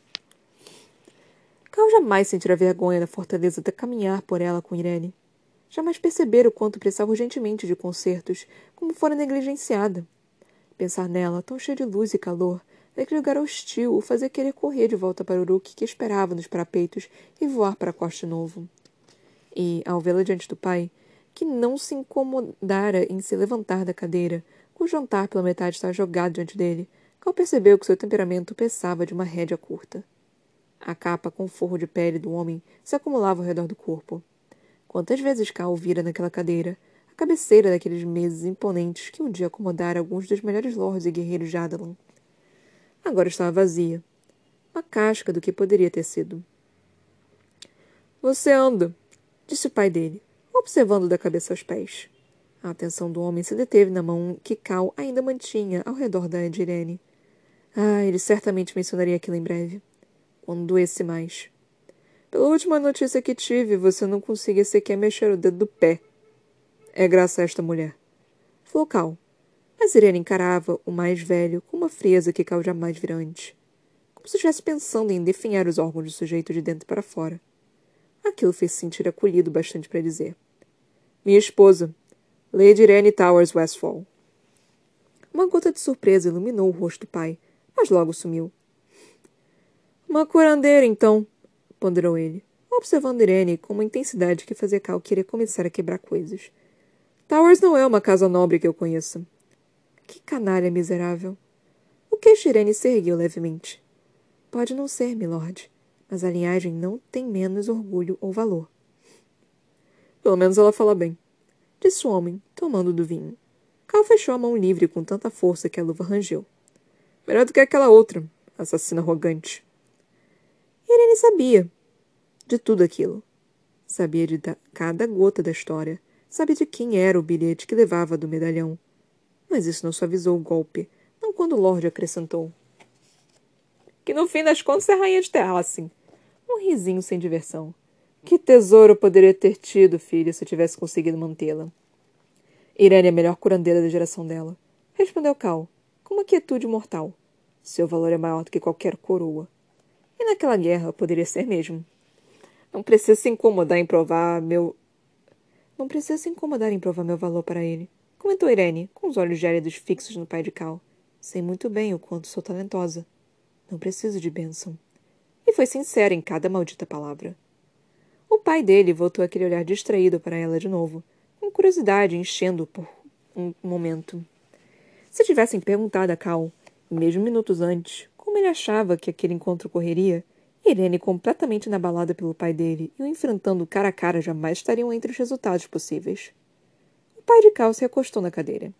Cal jamais sentira vergonha da fortaleza de caminhar por ela com Irene. Jamais percebera o quanto precisava urgentemente de concertos, como fora negligenciada. Pensar nela, tão cheia de luz e calor, naquele lugar hostil, o fazia querer correr de volta para o Uruk que esperava nos parapeitos e voar para Coste Novo. E, ao vê-la diante do pai, que não se incomodara em se levantar da cadeira, cujo jantar pela metade estava jogado diante dele, Cal percebeu que seu temperamento pesava de uma rédea curta. A capa com forro de pele do homem se acumulava ao redor do corpo. Quantas vezes Cal vira naquela cadeira, a cabeceira daqueles meses imponentes que um dia acomodara alguns dos melhores lords e guerreiros de Adalan. Agora estava vazia. Uma casca do que poderia ter sido. "Você anda", disse o pai dele, observando da cabeça aos pés. A atenção do homem se deteve na mão que Cal ainda mantinha ao redor da de Irene. Ele certamente mencionaria aquilo em breve. Quando doesse mais. "Pela última notícia que tive, você não conseguia sequer mexer o dedo do pé." "É graças a esta mulher." Falou Cal. Mas Irene encarava o mais velho com uma frieza que Cal jamais vira antes. Como se estivesse pensando em definhar os órgãos do sujeito de dentro para fora. Aquilo fez-se sentir acolhido bastante para dizer. "Minha esposa, Lady Irene Towers Westfall." Uma gota de surpresa iluminou o rosto do pai, mas logo sumiu. "Uma curandeira, então," ponderou ele, observando Irene com uma intensidade que fazia Cal querer começar a quebrar coisas. "Towers não é uma casa nobre que eu conheça." Que canalha miserável. O queixo de Irene se ergueu levemente. "Pode não ser, milord, mas a linhagem não tem menos orgulho ou valor." "Pelo menos ela fala bem," disse o homem, tomando do vinho. Cal fechou a mão livre com tanta força que a luva rangeu. "Melhor do que aquela outra, assassina arrogante." Irene sabia de tudo aquilo. Sabia de cada gota da história, Sabia de quem era o bilhete que levava do medalhão. Mas isso não suavizou o golpe, não quando o Lorde acrescentou. Que no fim das contas é rainha de Terracin. Um risinho sem diversão. Que tesouro poderia ter tido, filho, se tivesse conseguido mantê-la. Irene é a melhor curandeira da geração dela. Respondeu Cal, com uma quietude mortal. Seu valor é maior do que qualquer coroa. E naquela guerra poderia ser mesmo. Não precisa se incomodar em provar meu... Não precisa se incomodar em provar meu valor para ele, comentou Irene, com os olhos gélidos fixos no pai de Cal. Sei muito bem o quanto sou talentosa. Não preciso de bênção. E foi sincera em cada maldita palavra. O pai dele voltou aquele olhar distraído para ela de novo, com curiosidade enchendo-o por um momento. Se tivessem perguntado a Cal, mesmo minutos antes, como ele achava que aquele encontro correria, Irene, completamente inabalada pelo pai dele e o enfrentando cara a cara, jamais estariam entre os resultados possíveis. O pai de Cal se acostou na cadeira.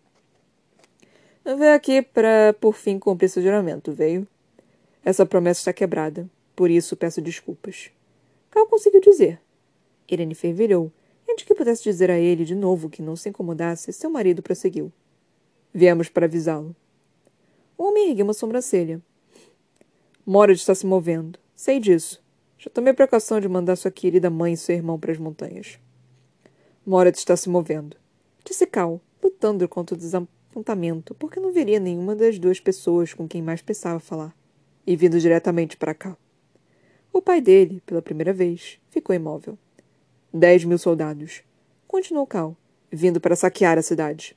Veio aqui para, por fim, cumprir seu juramento, veio? Essa promessa está quebrada, por isso peço desculpas. Cal conseguiu dizer. Irene fervilhou, e antes que pudesse dizer a ele de novo que não se incomodasse, seu marido prosseguiu. Viemos para avisá-lo. O homem ergueu uma sobrancelha. Morad está se movendo. Sei disso. Já tomei precaução de mandar sua querida mãe e seu irmão para as montanhas. Morad está se movendo, disse Cal, lutando contra o desapontamento, porque não veria nenhuma das duas pessoas com quem mais pensava falar, e vindo diretamente para cá. O pai dele, pela primeira vez, ficou imóvel. 10.000 soldados. Continuou Cal, vindo para saquear a cidade.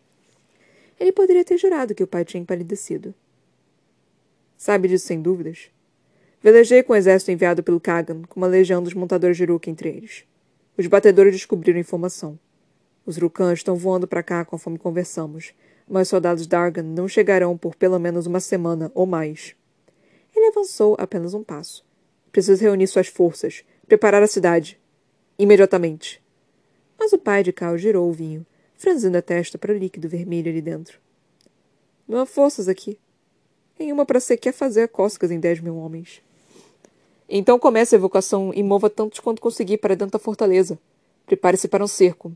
Ele poderia ter jurado que o pai tinha empalidecido. Sabe disso sem dúvidas? Velejei com o exército enviado pelo Kagan, com uma legião dos montadores de Uruk entre eles. Os batedores descobriram a informação. Os Rukans estão voando para cá conforme conversamos, mas os soldados Dargan não chegarão por pelo menos uma semana ou mais. Ele avançou apenas um passo. Preciso reunir suas forças, preparar a cidade. Imediatamente. Mas o pai de Cal girou o vinho, franzindo a testa para o líquido vermelho ali dentro. Não há forças aqui. Nenhuma para sequer fazer cócegas em 10.000 homens. Então comece a evocação e mova tantos quanto conseguir para dentro da fortaleza. Prepare-se para um cerco.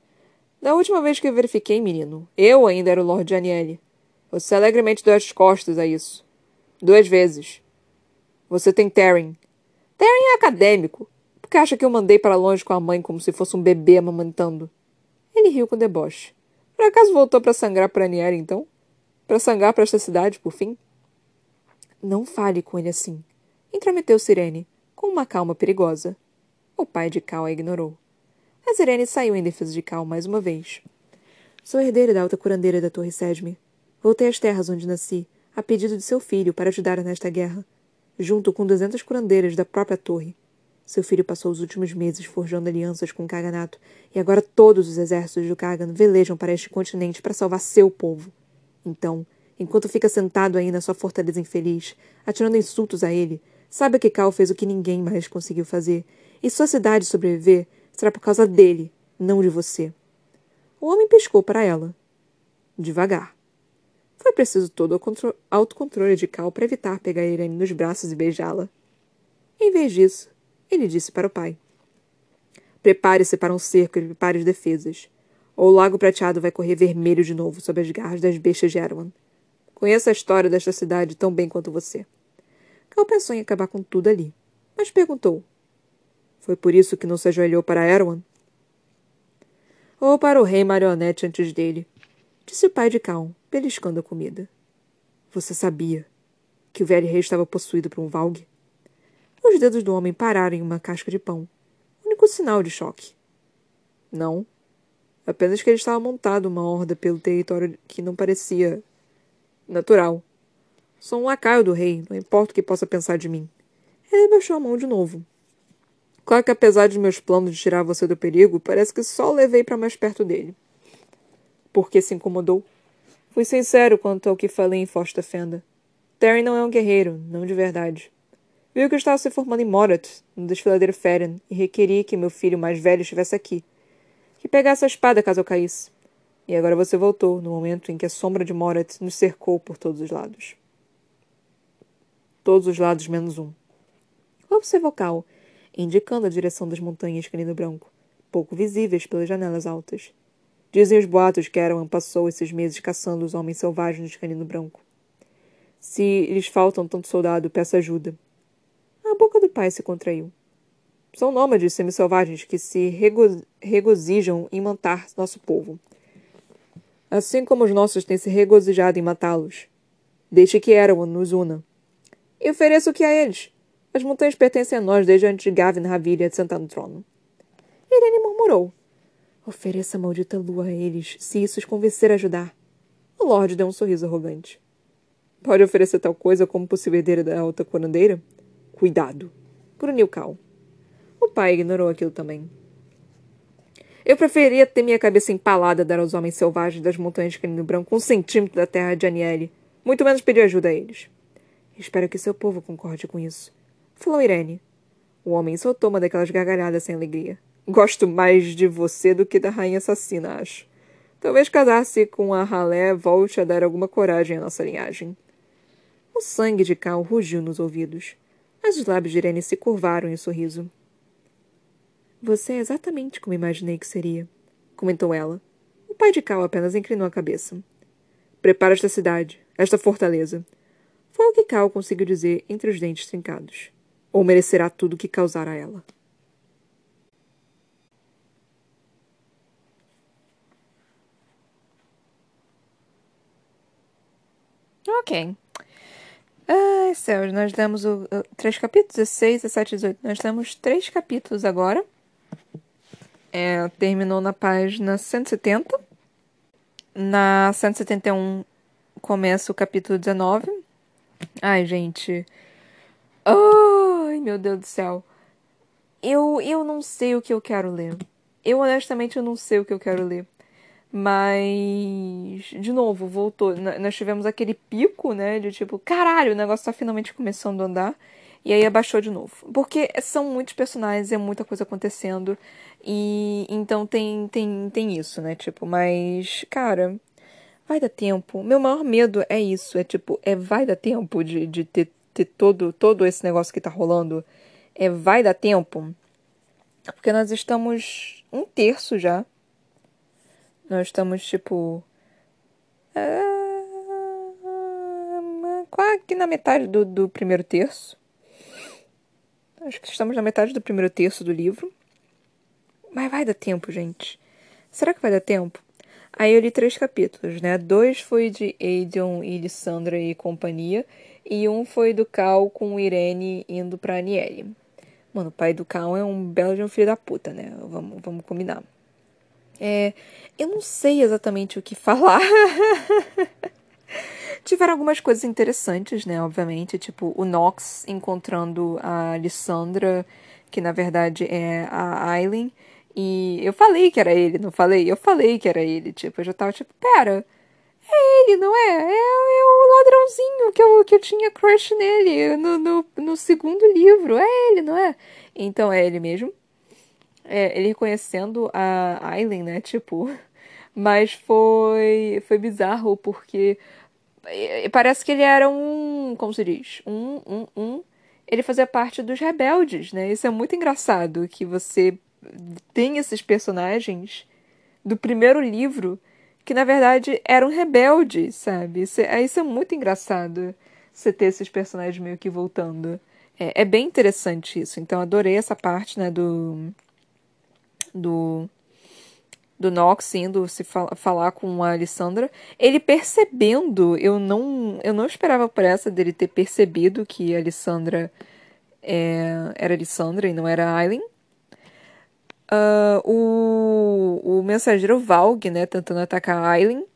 Da última vez que eu verifiquei, menino, eu ainda era o Lord Aniele. Você alegremente deu as costas a isso. 2 vezes. Você tem Taryn. Taryn é acadêmico. Por que acha que eu mandei para longe com a mãe como se fosse um bebê amamantando? Ele riu com deboche. Por acaso voltou para sangrar para Aniele, então? Para sangrar para esta cidade, por fim? Não fale com ele assim. Intrometeu Sirene, com uma calma perigosa. O pai de Cal a ignorou. A Sirene saiu em defesa de Cal mais uma vez. Sou herdeira da alta curandeira da Torre Sedme. Voltei às terras onde nasci, a pedido de seu filho, para ajudar nesta guerra, junto com 200 curandeiras da própria torre. Seu filho passou os últimos meses forjando alianças com o Kaganato, e agora todos os exércitos do Kagan velejam para este continente para salvar seu povo. Então, enquanto fica sentado aí na sua fortaleza infeliz, atirando insultos a ele, saiba que Cal fez o que ninguém mais conseguiu fazer, e sua cidade sobreviver será por causa dele, não de você. O homem piscou para ela. Devagar. Foi preciso todo o autocontrole de Cal para evitar pegar Irene nos braços e beijá-la. Em vez disso, ele disse para o pai. Prepare-se para um cerco e prepare as defesas. Ou o Lago Prateado vai correr vermelho de novo sob as garras das bestas de Erwan. Conheço a história desta cidade tão bem quanto você. Cal pensou em acabar com tudo ali, mas perguntou. Foi por isso que não se ajoelhou para Erwan? Ou para o rei marionete antes dele, disse o pai de Cal, beliscando a comida. Você sabia que o velho rei estava possuído por um Valg? Os dedos do homem pararam em uma casca de pão. Único sinal de choque. Não. Apenas que ele estava montado uma horda pelo território que não parecia natural. Sou um lacaio do rei, não importa o que possa pensar de mim. Ele baixou a mão de novo. Claro que apesar de meus planos de tirar você do perigo, parece que só o levei para mais perto dele. Por que se incomodou? Fui sincero quanto ao que falei em Fosta Fenda. Terry não é um guerreiro, não de verdade. Viu que eu estava se formando em Morat, no desfiladeiro Feren, e requeri que meu filho mais velho estivesse aqui. Que pegasse a espada caso eu caísse. E agora você voltou, no momento em que a sombra de Morat nos cercou por todos os lados. Todos os lados menos um. Observou Cal, indicando a direção das montanhas Canino Branco. pouco visíveis pelas janelas altas. Dizem os boatos que Erawan passou esses meses caçando os homens selvagens de canino branco. Se lhes faltam tanto soldado, peça ajuda. A boca do pai se contraiu. São nômades semi-selvagens que se regozijam em matar nosso povo. Assim como os nossos têm se regozijado em matá-los. Deixe que Erawan nos una. E ofereça o que a eles. As montanhas pertencem a nós desde antes de Gavin Ravilha sentar no trono. Irene murmurou. Ofereça a maldita lua a eles, se isso os convencer a ajudar. O Lorde deu um sorriso arrogante. Pode oferecer tal coisa como possível herdeira da alta curandeira? Cuidado, grunhiu Cal. O pai ignorou aquilo também. Eu preferia ter minha cabeça empalada a dar aos homens selvagens das montanhas de Canino Branco 1 centímetro da terra de Aniele. Muito menos pedir ajuda a eles. Espero que seu povo concorde com isso. Falou Irene. O homem soltou uma daquelas gargalhadas sem alegria. Gosto mais de você do que da rainha assassina, acho. Talvez casar-se com a Halé volte a dar alguma coragem à nossa linhagem. O sangue de Cal rugiu nos ouvidos. Mas os lábios de Irene se curvaram em um sorriso. Você é exatamente como imaginei que seria, comentou ela. O pai de Cal apenas inclinou a cabeça. Prepara esta cidade, esta fortaleza. Foi o que Cal conseguiu dizer entre os dentes trincados. Ou merecerá tudo o que causar a ela. Ok. Ai, céus, nós demos 3 capítulos, 16, 17, 18. Nós temos 3 capítulos agora. Terminou na página 170. Na 171 começa o capítulo 19. Ai, gente. Ai, meu Deus do céu. Eu não sei o que eu quero ler. Honestamente, eu não sei o que eu quero ler. Mas, de novo, voltou. Nós tivemos aquele pico, né? De tipo, caralho, o negócio tá finalmente começando a andar. E aí abaixou de novo. Porque são muitos personagens, é muita coisa acontecendo. E então tem isso, né? Tipo, mas, cara, vai dar tempo. Meu maior medo é isso. É tipo, vai dar tempo de ter todo esse negócio que tá rolando. Vai dar tempo. Porque nós estamos 1/3 já. Nós estamos, tipo. Quase na metade do primeiro terço. Acho que estamos na metade do primeiro terço do livro. Mas vai dar tempo, gente. Será que vai dar tempo? Aí eu li 3 capítulos, né? 2 foi de Aedion e Lissandra e companhia. E 1 foi do Cal com Irene indo pra Aniele. Mano, o pai do Cal é um belo de um filho da puta, né? Vamos combinar. Eu não sei exatamente o que falar. Tiveram algumas coisas interessantes, né? Obviamente, tipo, o Nox encontrando a Lissandra, que na verdade é a Aileen. E eu falei que era ele, não falei? Eu falei que era ele, tipo, eu já tava tipo, pera, é ele, não é? É o ladrãozinho que eu tinha crush nele no segundo livro, é ele, não é? Então é ele mesmo. Ele reconhecendo a Aileen, né, tipo... Mas foi bizarro, porque parece que ele era como se diz? Ele fazia parte dos rebeldes, né? Isso é muito engraçado, que você tem esses personagens do primeiro livro que, na verdade, eram rebeldes, sabe? Isso é muito engraçado, você ter esses personagens meio que voltando. É bem interessante isso. Então, adorei essa parte, né, do Nox indo se falar com a Alissandra. Ele percebendo, eu não esperava por essa dele ter percebido que a Alissandra era Alissandra e não era Aileen. O mensageiro Valg, né, tentando atacar a Aileen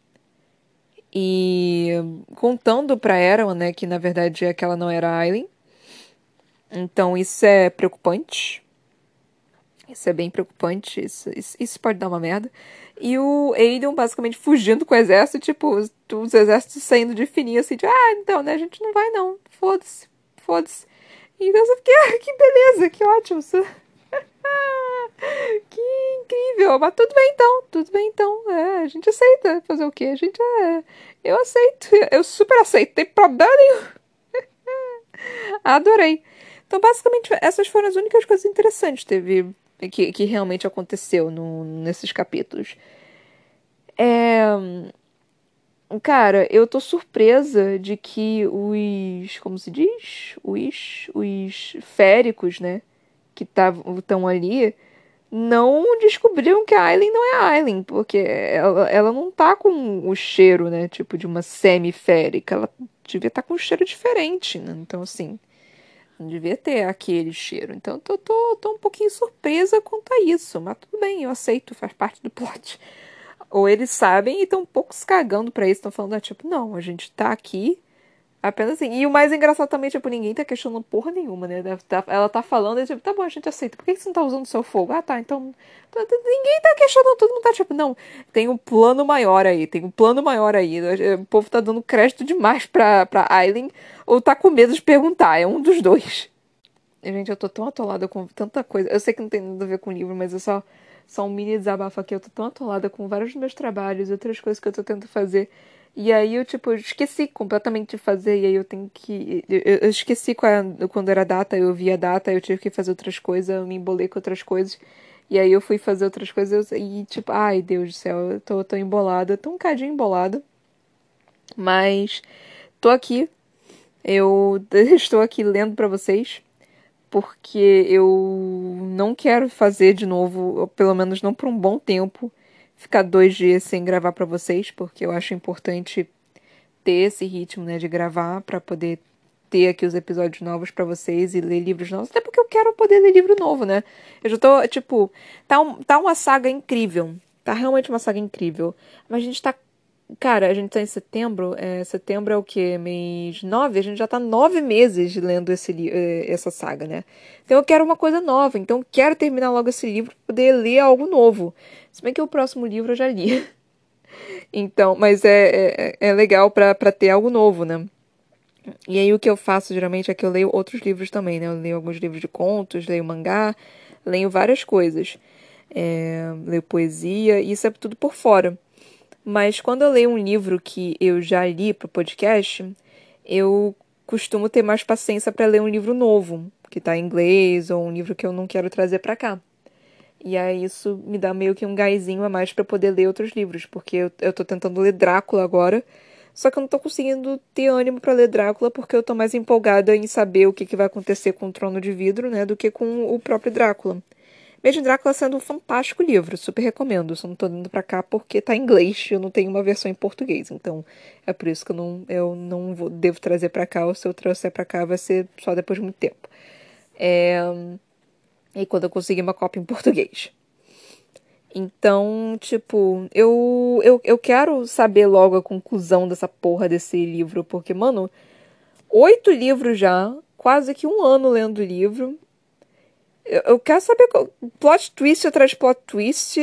e contando pra Erawan, né, que na verdade aquela não era a Aileen. Então isso é preocupante. Isso é bem preocupante, isso pode dar uma merda. E o Aiden basicamente fugindo com o exército, tipo, os exércitos saindo de fininho, assim, de, então, né, a gente não vai não, foda-se, foda-se. Então eu fiquei, que beleza, que ótimo, que incrível, mas tudo bem então, a gente aceita, fazer o quê? Eu aceito, eu super aceito, não tem problema nenhum. Adorei. Então, basicamente, essas foram as únicas coisas interessantes. Teve que realmente aconteceu nesses capítulos. É... Cara, eu tô surpresa de que como se diz? Os féricos, né? Que estão ali, não descobriram que a Aileen não é a Aileen, porque ela não tá com o cheiro, né? Tipo, de uma semiférica. Ela devia estar com um cheiro diferente, né? Então, assim, não devia ter aquele cheiro. Então, tô um pouquinho surpresa quanto a isso. Mas tudo bem, eu aceito, faz parte do plot. Ou eles sabem e estão um pouco se cagando pra isso, estão falando, tipo, não, a gente tá aqui apenas assim. E o mais engraçado também, tipo, ninguém tá questionando porra nenhuma, né? Ela tá falando e, tipo, tá bom, a gente aceita. Por que você não tá usando o seu fogo? Ah, tá, então. Ninguém tá questionando, todo mundo tá, tipo, não, tem um plano maior aí, tem um plano maior aí. O povo tá dando crédito demais pra Aileen, ou tá com medo de perguntar, é um dos dois. Gente, eu tô tão atolada com tanta coisa. Eu sei que não tem nada a ver com o livro, mas é só um mini desabafo aqui. Eu tô tão atolada com vários dos meus trabalhos, outras coisas que eu tô tentando fazer. E aí eu, tipo, esqueci completamente de fazer. E aí eu tenho que. Eu esqueci quando era a data, eu vi a data, eu tive que fazer outras coisas, eu me embolei com outras coisas. E aí eu fui fazer outras coisas e, tipo, ai, Deus do céu, eu tô embolada, tô um cadinho embolada. Mas tô aqui. Eu estou aqui lendo pra vocês porque eu não quero fazer de novo, ou pelo menos não por um bom tempo, ficar 2 dias sem gravar pra vocês, porque eu acho importante ter esse ritmo, né, de gravar pra poder ter aqui os episódios novos pra vocês e ler livros novos, até porque eu quero poder ler livro novo, né? Eu já tô, tipo, tá uma saga incrível. Tá realmente uma saga incrível. Mas a gente tá. Cara, a gente tá em setembro. Setembro é o quê? Mês 9? A gente já tá 9 meses lendo essa saga, né? Então eu quero uma coisa nova. Então eu quero terminar logo esse livro pra poder ler algo novo. Se bem que o próximo livro eu já li. Então, mas é legal pra ter algo novo, né? E aí o que eu faço geralmente é que eu leio outros livros também, né? Eu leio alguns livros de contos, leio mangá, leio várias coisas. Leio poesia, e isso é tudo por fora. Mas quando eu leio um livro que eu já li para o podcast, eu costumo ter mais paciência para ler um livro novo, que está em inglês, ou um livro que eu não quero trazer para cá. E aí isso me dá meio que um gásinho a mais para poder ler outros livros, porque eu tô tentando ler Drácula agora, só que eu não tô conseguindo ter ânimo para ler Drácula porque eu tô mais empolgada em saber o que vai acontecer com o Trono de Vidro, né, do que com o próprio Drácula. Mesmo Drácula sendo um fantástico livro, super recomendo. Só não tô dando pra cá porque tá em inglês, eu não tenho uma versão em português. Então é por isso que devo trazer pra cá, ou se eu trouxer pra cá vai ser só depois de muito tempo. E quando eu conseguir uma cópia em português. Então, tipo, eu quero saber logo a conclusão dessa porra desse livro, porque, mano, 8 livros já, quase que um ano lendo o livro. Eu quero saber plot twist atrás de plot twist.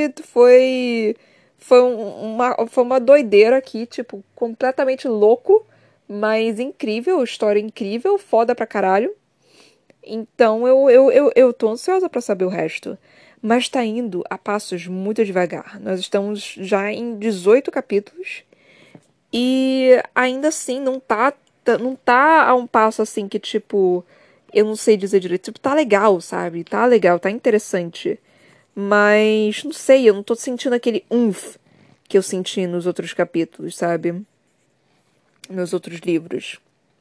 Foi uma doideira aqui, tipo, completamente louco, mas incrível, história incrível, foda pra caralho. Então eu tô ansiosa pra saber o resto. Mas tá indo a passos muito devagar. Nós estamos já em 18 capítulos e ainda assim não tá a um passo assim que, tipo, eu não sei dizer direito. Tipo, tá legal, sabe? Tá legal, tá interessante. Mas, não sei, eu não tô sentindo aquele que eu senti nos outros capítulos, sabe? Nos outros livros.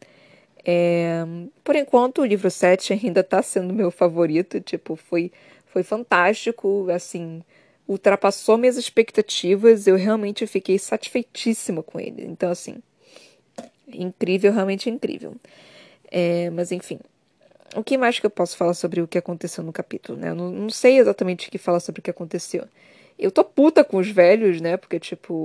Por enquanto, o livro 7 ainda tá sendo meu favorito. Tipo, foi fantástico, assim, ultrapassou minhas expectativas. Eu realmente fiquei satisfeitíssima com ele. Então, assim, incrível, realmente incrível. Mas enfim, o que mais que eu posso falar sobre o que aconteceu no capítulo, né? Eu não sei exatamente o que falar sobre o que aconteceu. Eu tô puta com os velhos, né? Porque, tipo,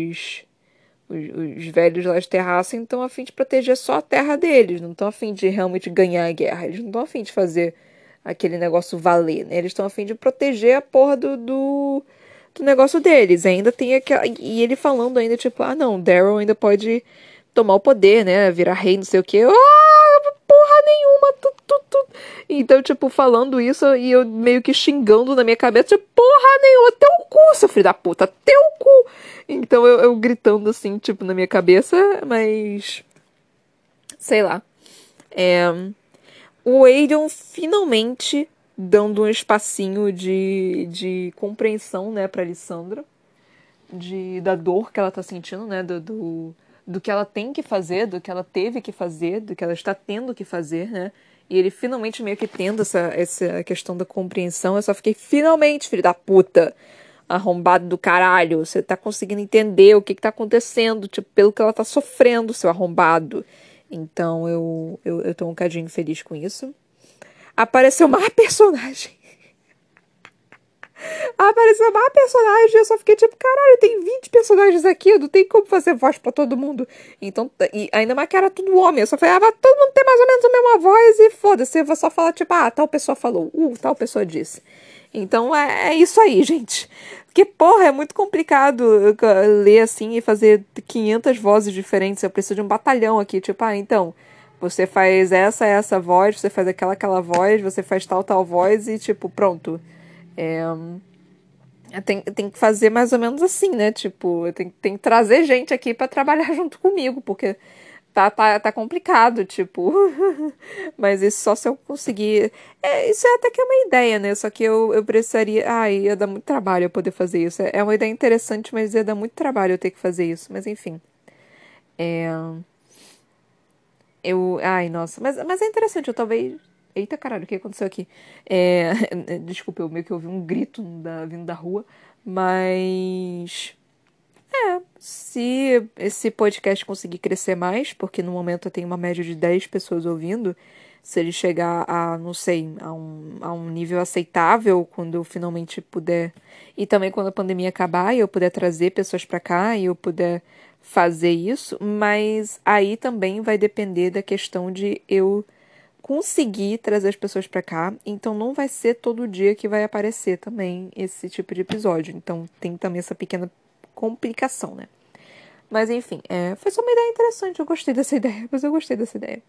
os velhos lá de Terrassen estão a fim de proteger só a terra deles. Não estão a fim de realmente ganhar a guerra. Eles não estão a fim de fazer aquele negócio valer, né? Eles estão a fim de proteger a porra do negócio deles. Ainda tem aquela. E ele falando ainda, tipo, ah, não, Daryl ainda pode tomar o poder, né? Virar rei, não sei o quê. Ah, porra nenhuma, Então, tipo, falando isso e eu meio que xingando na minha cabeça, tipo, porra nenhuma, teu cu, seu filho da puta, teu cu. Então eu gritando assim, tipo, na minha cabeça, mas. Sei lá. O Aegon finalmente dando um espacinho de compreensão, né, pra Alessandra, da dor que ela tá sentindo, né, do que ela tem que fazer, do que ela teve que fazer, do que ela está tendo que fazer, né, e ele finalmente meio que tendo essa questão da compreensão. Eu só fiquei, finalmente, filho da puta, arrombado do caralho, você tá conseguindo entender o que tá acontecendo, tipo, pelo que ela tá sofrendo, seu arrombado. Então eu tô um bocadinho feliz com isso. Apareceu mais personagem. Apareceu mais personagem. Eu só fiquei tipo, caralho, tem 20 personagens aqui. Não tem como fazer voz pra todo mundo. Então, e ainda mais que era tudo homem. Eu só falei, mas todo mundo tem mais ou menos a mesma voz. E foda-se, eu vou só falar tipo, tal pessoa falou. Tal pessoa disse. Então é isso aí, gente. Porque, porra, é muito complicado ler assim e fazer 500 vozes diferentes. Eu preciso de um batalhão aqui. Tipo, então, você faz essa voz, você faz aquela voz, você faz tal voz e, tipo, pronto. Tem que fazer mais ou menos assim, né? Tipo, tem que trazer gente aqui pra trabalhar junto comigo, porque tá complicado, tipo. Mas isso só se eu conseguir. Isso é até que é uma ideia, né? Só que eu precisaria. Ia dar muito trabalho eu poder fazer isso. É uma ideia interessante, mas ia dar muito trabalho eu ter que fazer isso. Mas enfim. É, Ai, nossa. Mas é interessante, eu talvez. Eita caralho, o que aconteceu aqui? Desculpa, eu meio que ouvi um grito vindo da rua. Mas. Se esse podcast conseguir crescer mais, porque no momento eu tenho uma média de 10 pessoas ouvindo, se ele chegar a, não sei, a um nível aceitável quando eu finalmente puder, e também quando a pandemia acabar e eu puder trazer pessoas pra cá e eu puder fazer isso, mas aí também vai depender da questão de eu conseguir trazer as pessoas pra cá, então não vai ser todo dia que vai aparecer também esse tipo de episódio, então tem também essa pequena complicação, né? Mas enfim, foi só uma ideia interessante. Eu gostei dessa ideia. Mas eu gostei dessa ideia.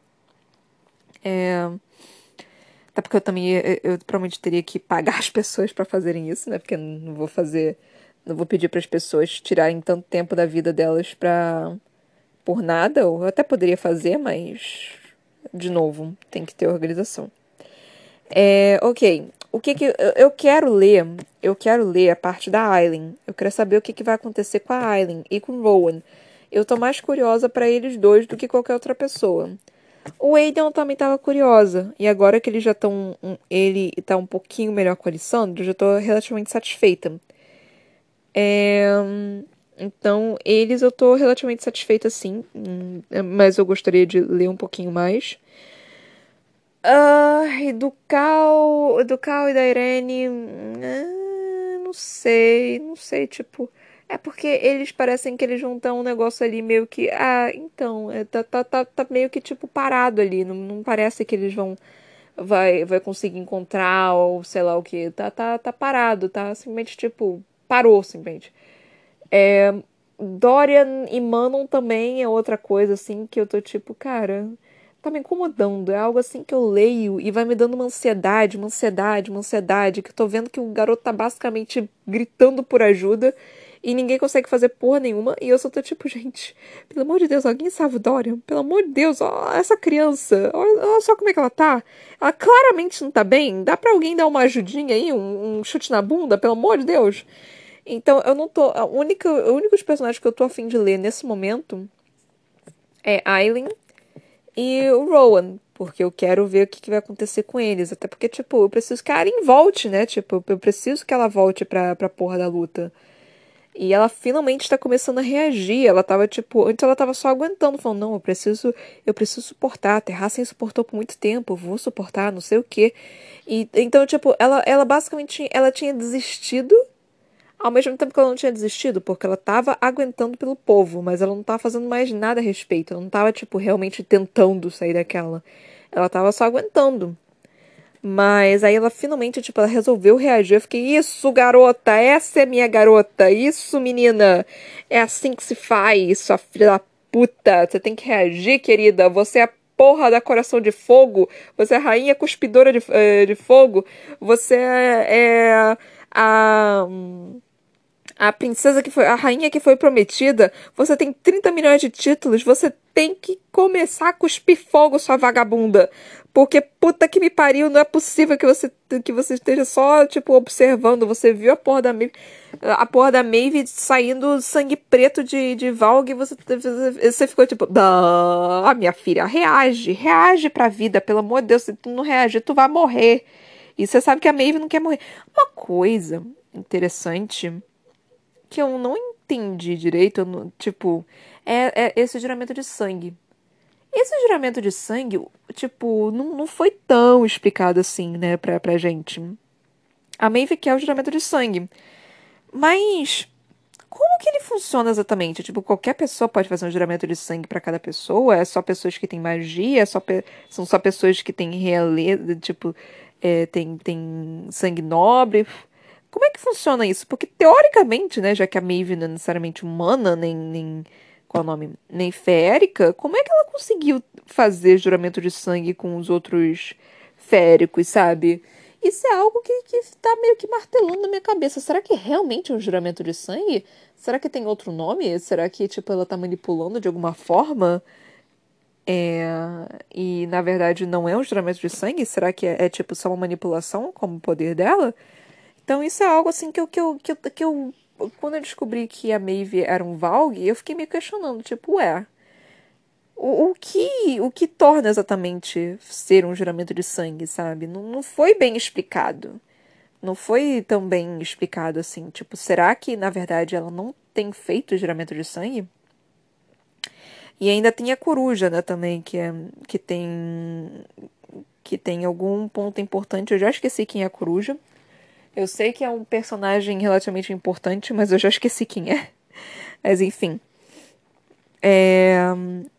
Até porque eu também eu provavelmente teria que pagar as pessoas pra fazerem isso, né? Porque eu não vou fazer. Não vou pedir para as pessoas tirarem tanto tempo da vida delas por nada. Ou eu até poderia fazer, mas. De novo, tem que ter organização. Ok. O que eu quero ler? Eu quero ler a parte da Aileen. Eu quero saber o que vai acontecer com a Aileen e com o Rowan. Eu tô mais curiosa pra eles dois do que qualquer outra pessoa. O Aiden também tava curiosa. E agora que eles já estão. Ele tá um pouquinho melhor com a Alessandra, eu já tô relativamente satisfeita. Então, eles eu tô relativamente satisfeita sim. Mas eu gostaria de ler um pouquinho mais. E do Cal e da Irene, não sei, tipo, é porque eles parecem que eles vão estar um negócio ali meio que, então, tá meio que tipo parado ali, não parece que eles vai conseguir encontrar ou sei lá o que, tá parado, tá simplesmente tipo, parou simplesmente. Dorian e Manon também é outra coisa, assim, que eu tô tipo, cara, tá me incomodando. É algo assim que eu leio e vai me dando uma ansiedade, que eu tô vendo que o garoto tá basicamente gritando por ajuda e ninguém consegue fazer porra nenhuma. E eu só tô tipo, gente, pelo amor de Deus, alguém salva o Dorian? Pelo amor de Deus, ó, essa criança, olha só como é que ela tá. Ela claramente não tá bem. Dá pra alguém dar uma ajudinha aí, um chute na bunda, pelo amor de Deus? Então, eu não tô. Os únicos personagens que eu tô afim de ler nesse momento é Aileen e o Rowan. Porque eu quero ver o que vai acontecer com eles. Até porque, tipo, eu preciso que a Aileen volte, né? Tipo, eu preciso que ela volte pra porra da luta. E ela finalmente tá começando a reagir. Ela tava, tipo, antes ela tava só aguentando, falando, não, eu preciso suportar. A Terracem suportou por muito tempo, eu vou suportar, não sei o quê. E então, tipo, ela basicamente ela tinha desistido ao mesmo tempo que ela não tinha desistido, porque ela tava aguentando pelo povo, mas ela não tava fazendo mais nada a respeito. Ela não tava, tipo, realmente tentando sair daquela. Ela tava só aguentando. Mas aí ela finalmente, tipo, ela resolveu reagir. Eu fiquei, isso, garota, essa é minha garota. Isso, menina. É assim que se faz, sua filha da puta. Você tem que reagir, querida. Você é a porra da coração de fogo. Você é a rainha cuspidora de fogo. Você é a A princesa que foi, a rainha que foi prometida, você tem 30 milhões de títulos, você tem que começar a cuspir fogo, sua vagabunda. Porque puta que me pariu, não é possível que você esteja só, tipo, observando. Você viu a porra da Maeve saindo sangue preto de Valg e você ficou tipo, minha filha, reage pra vida, pelo amor de Deus, se tu não reagir, tu vai morrer. E você sabe que a Maeve não quer morrer. Uma coisa interessante que eu não entendi direito, tipo, é esse juramento de sangue. Esse juramento de sangue, tipo, não foi tão explicado assim, né, pra gente. A Maeve quer o juramento de sangue. Mas como que ele funciona exatamente? Tipo, qualquer pessoa pode fazer um juramento de sangue pra cada pessoa? É só pessoas que têm magia? São só pessoas que têm realeza, tipo, tem sangue nobre? Como é que funciona isso? Porque teoricamente, né, já que a Maeve não é necessariamente humana, nem qual é o nome? Nem férica, como é que ela conseguiu fazer juramento de sangue com os outros féricos, sabe? Isso é algo que tá meio que martelando na minha cabeça. Será que é realmente um juramento de sangue? Será que tem outro nome? Será que, tipo, ela tá manipulando de alguma forma? E, na verdade, não é um juramento de sangue? Será que tipo, só uma manipulação como o poder dela? Então, isso é algo, assim, que eu... Quando eu descobri que a Maeve era um Valg, eu fiquei me questionando, tipo, o que torna exatamente ser um juramento de sangue, sabe? Não foi bem explicado. Não foi tão bem explicado assim. Tipo, será que, na verdade, ela não tem feito juramento de sangue? E ainda tem a coruja, né, também, que tem algum ponto importante. Eu já esqueci quem é a coruja. Eu sei que é um personagem relativamente importante, mas eu já esqueci quem é. Mas enfim. É,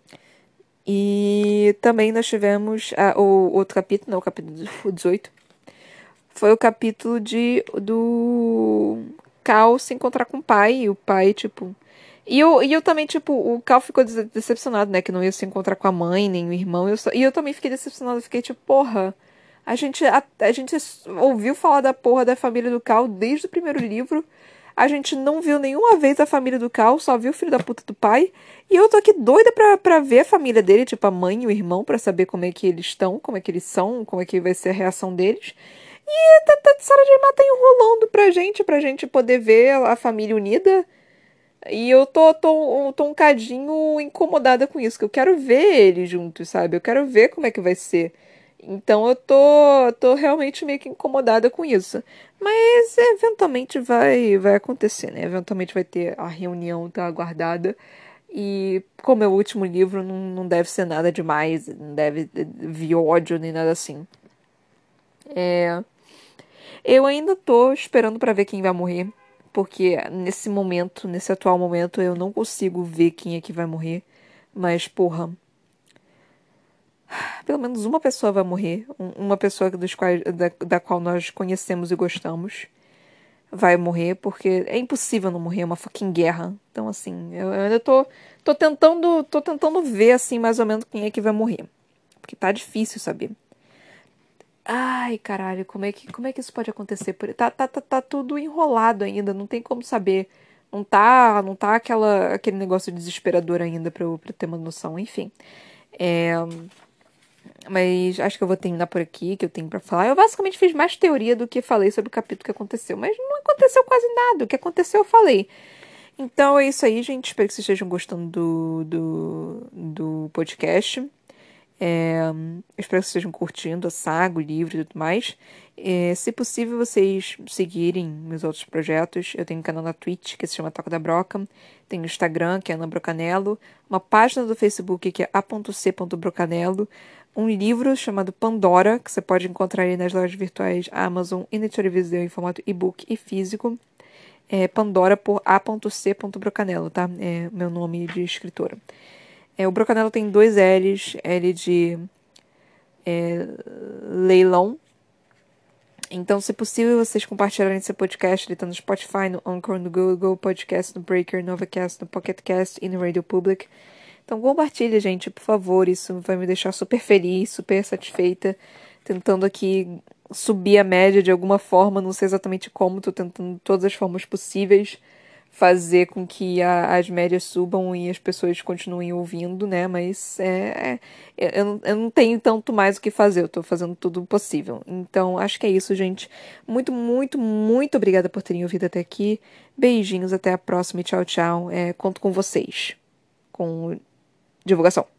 E também nós tivemos o outro capítulo, não, o capítulo 18. Foi o capítulo do Cal se encontrar com o pai, e o pai, tipo. E eu também, tipo, o Cal ficou decepcionado, né? Que não ia se encontrar com a mãe, nem o irmão. E eu também fiquei decepcionado. Fiquei tipo, porra. A gente ouviu falar da porra da família do Cal desde o primeiro livro. A gente não viu nenhuma vez a família do Cal, só viu o filho da puta do pai. E eu tô aqui doida pra ver a família dele, tipo a mãe e o irmão, pra saber como é que eles estão, como é que eles são, como é que vai ser a reação deles. E a Sarah J. Maas tá enrolando pra gente poder ver a família unida. E eu tô um cadinho incomodada com isso, que eu quero ver eles juntos, sabe? Eu quero ver como é que vai ser. Então eu tô realmente meio que incomodada com isso. Mas eventualmente vai acontecer, né? Eventualmente vai ter a reunião, tá aguardada. E como é o último livro, não deve ser nada demais, não deve vir ódio nem nada assim. Eu ainda tô esperando pra ver quem vai morrer, porque nesse momento, nesse atual momento, eu não consigo ver quem é que vai morrer. Mas, porra, pelo menos uma pessoa vai morrer. Uma pessoa da qual nós conhecemos e gostamos vai morrer, porque é impossível não morrer, é uma fucking guerra. Então, assim, eu ainda tô tentando ver, assim, mais ou menos quem é que vai morrer. Porque tá difícil saber. Ai, caralho, como é que isso pode acontecer? Tá tudo enrolado ainda, não tem como saber. Não tá aquele negócio desesperador ainda pra eu ter uma noção, enfim. É, mas acho que eu vou terminar por aqui, que eu tenho pra falar. Eu basicamente fiz mais teoria do que falei sobre o capítulo que aconteceu, mas não aconteceu quase nada. O que aconteceu eu falei. Então é isso aí, gente. Espero que vocês estejam gostando do podcast. Espero que vocês estejam curtindo a saga, o livro e tudo mais. Se possível, vocês seguirem meus outros projetos. Eu tenho um canal na Twitch que se chama Taco da Broca. Tenho o Instagram, que é Ana Brocanello. Uma página do Facebook que é a.c.brocanello. Um livro chamado Pandora, que você pode encontrar aí nas lojas virtuais Amazon e na Editora Viseu em formato e-book e físico. Pandora por a.c.brocanello, tá? É meu nome de escritora. O Brocanello tem dois L's, L de leilão. Então, se possível, vocês compartilharem esse podcast. Ele tá no Spotify, no Anchor, no Google Podcast, no Breaker, no Overcast, no Pocket Cast e no Radio Public. Então, compartilha, gente, por favor. Isso vai me deixar super feliz, super satisfeita. Tentando aqui subir a média de alguma forma. Não sei exatamente como, tô tentando de todas as formas possíveis. fazer com que as médias subam e as pessoas continuem ouvindo, né? Mas eu não tenho tanto mais o que fazer, eu tô fazendo tudo possível. Então, acho que é isso, gente. Muito, muito, muito obrigada por terem ouvido até aqui. Beijinhos, até a próxima e tchau, tchau. Conto com vocês, com divulgação.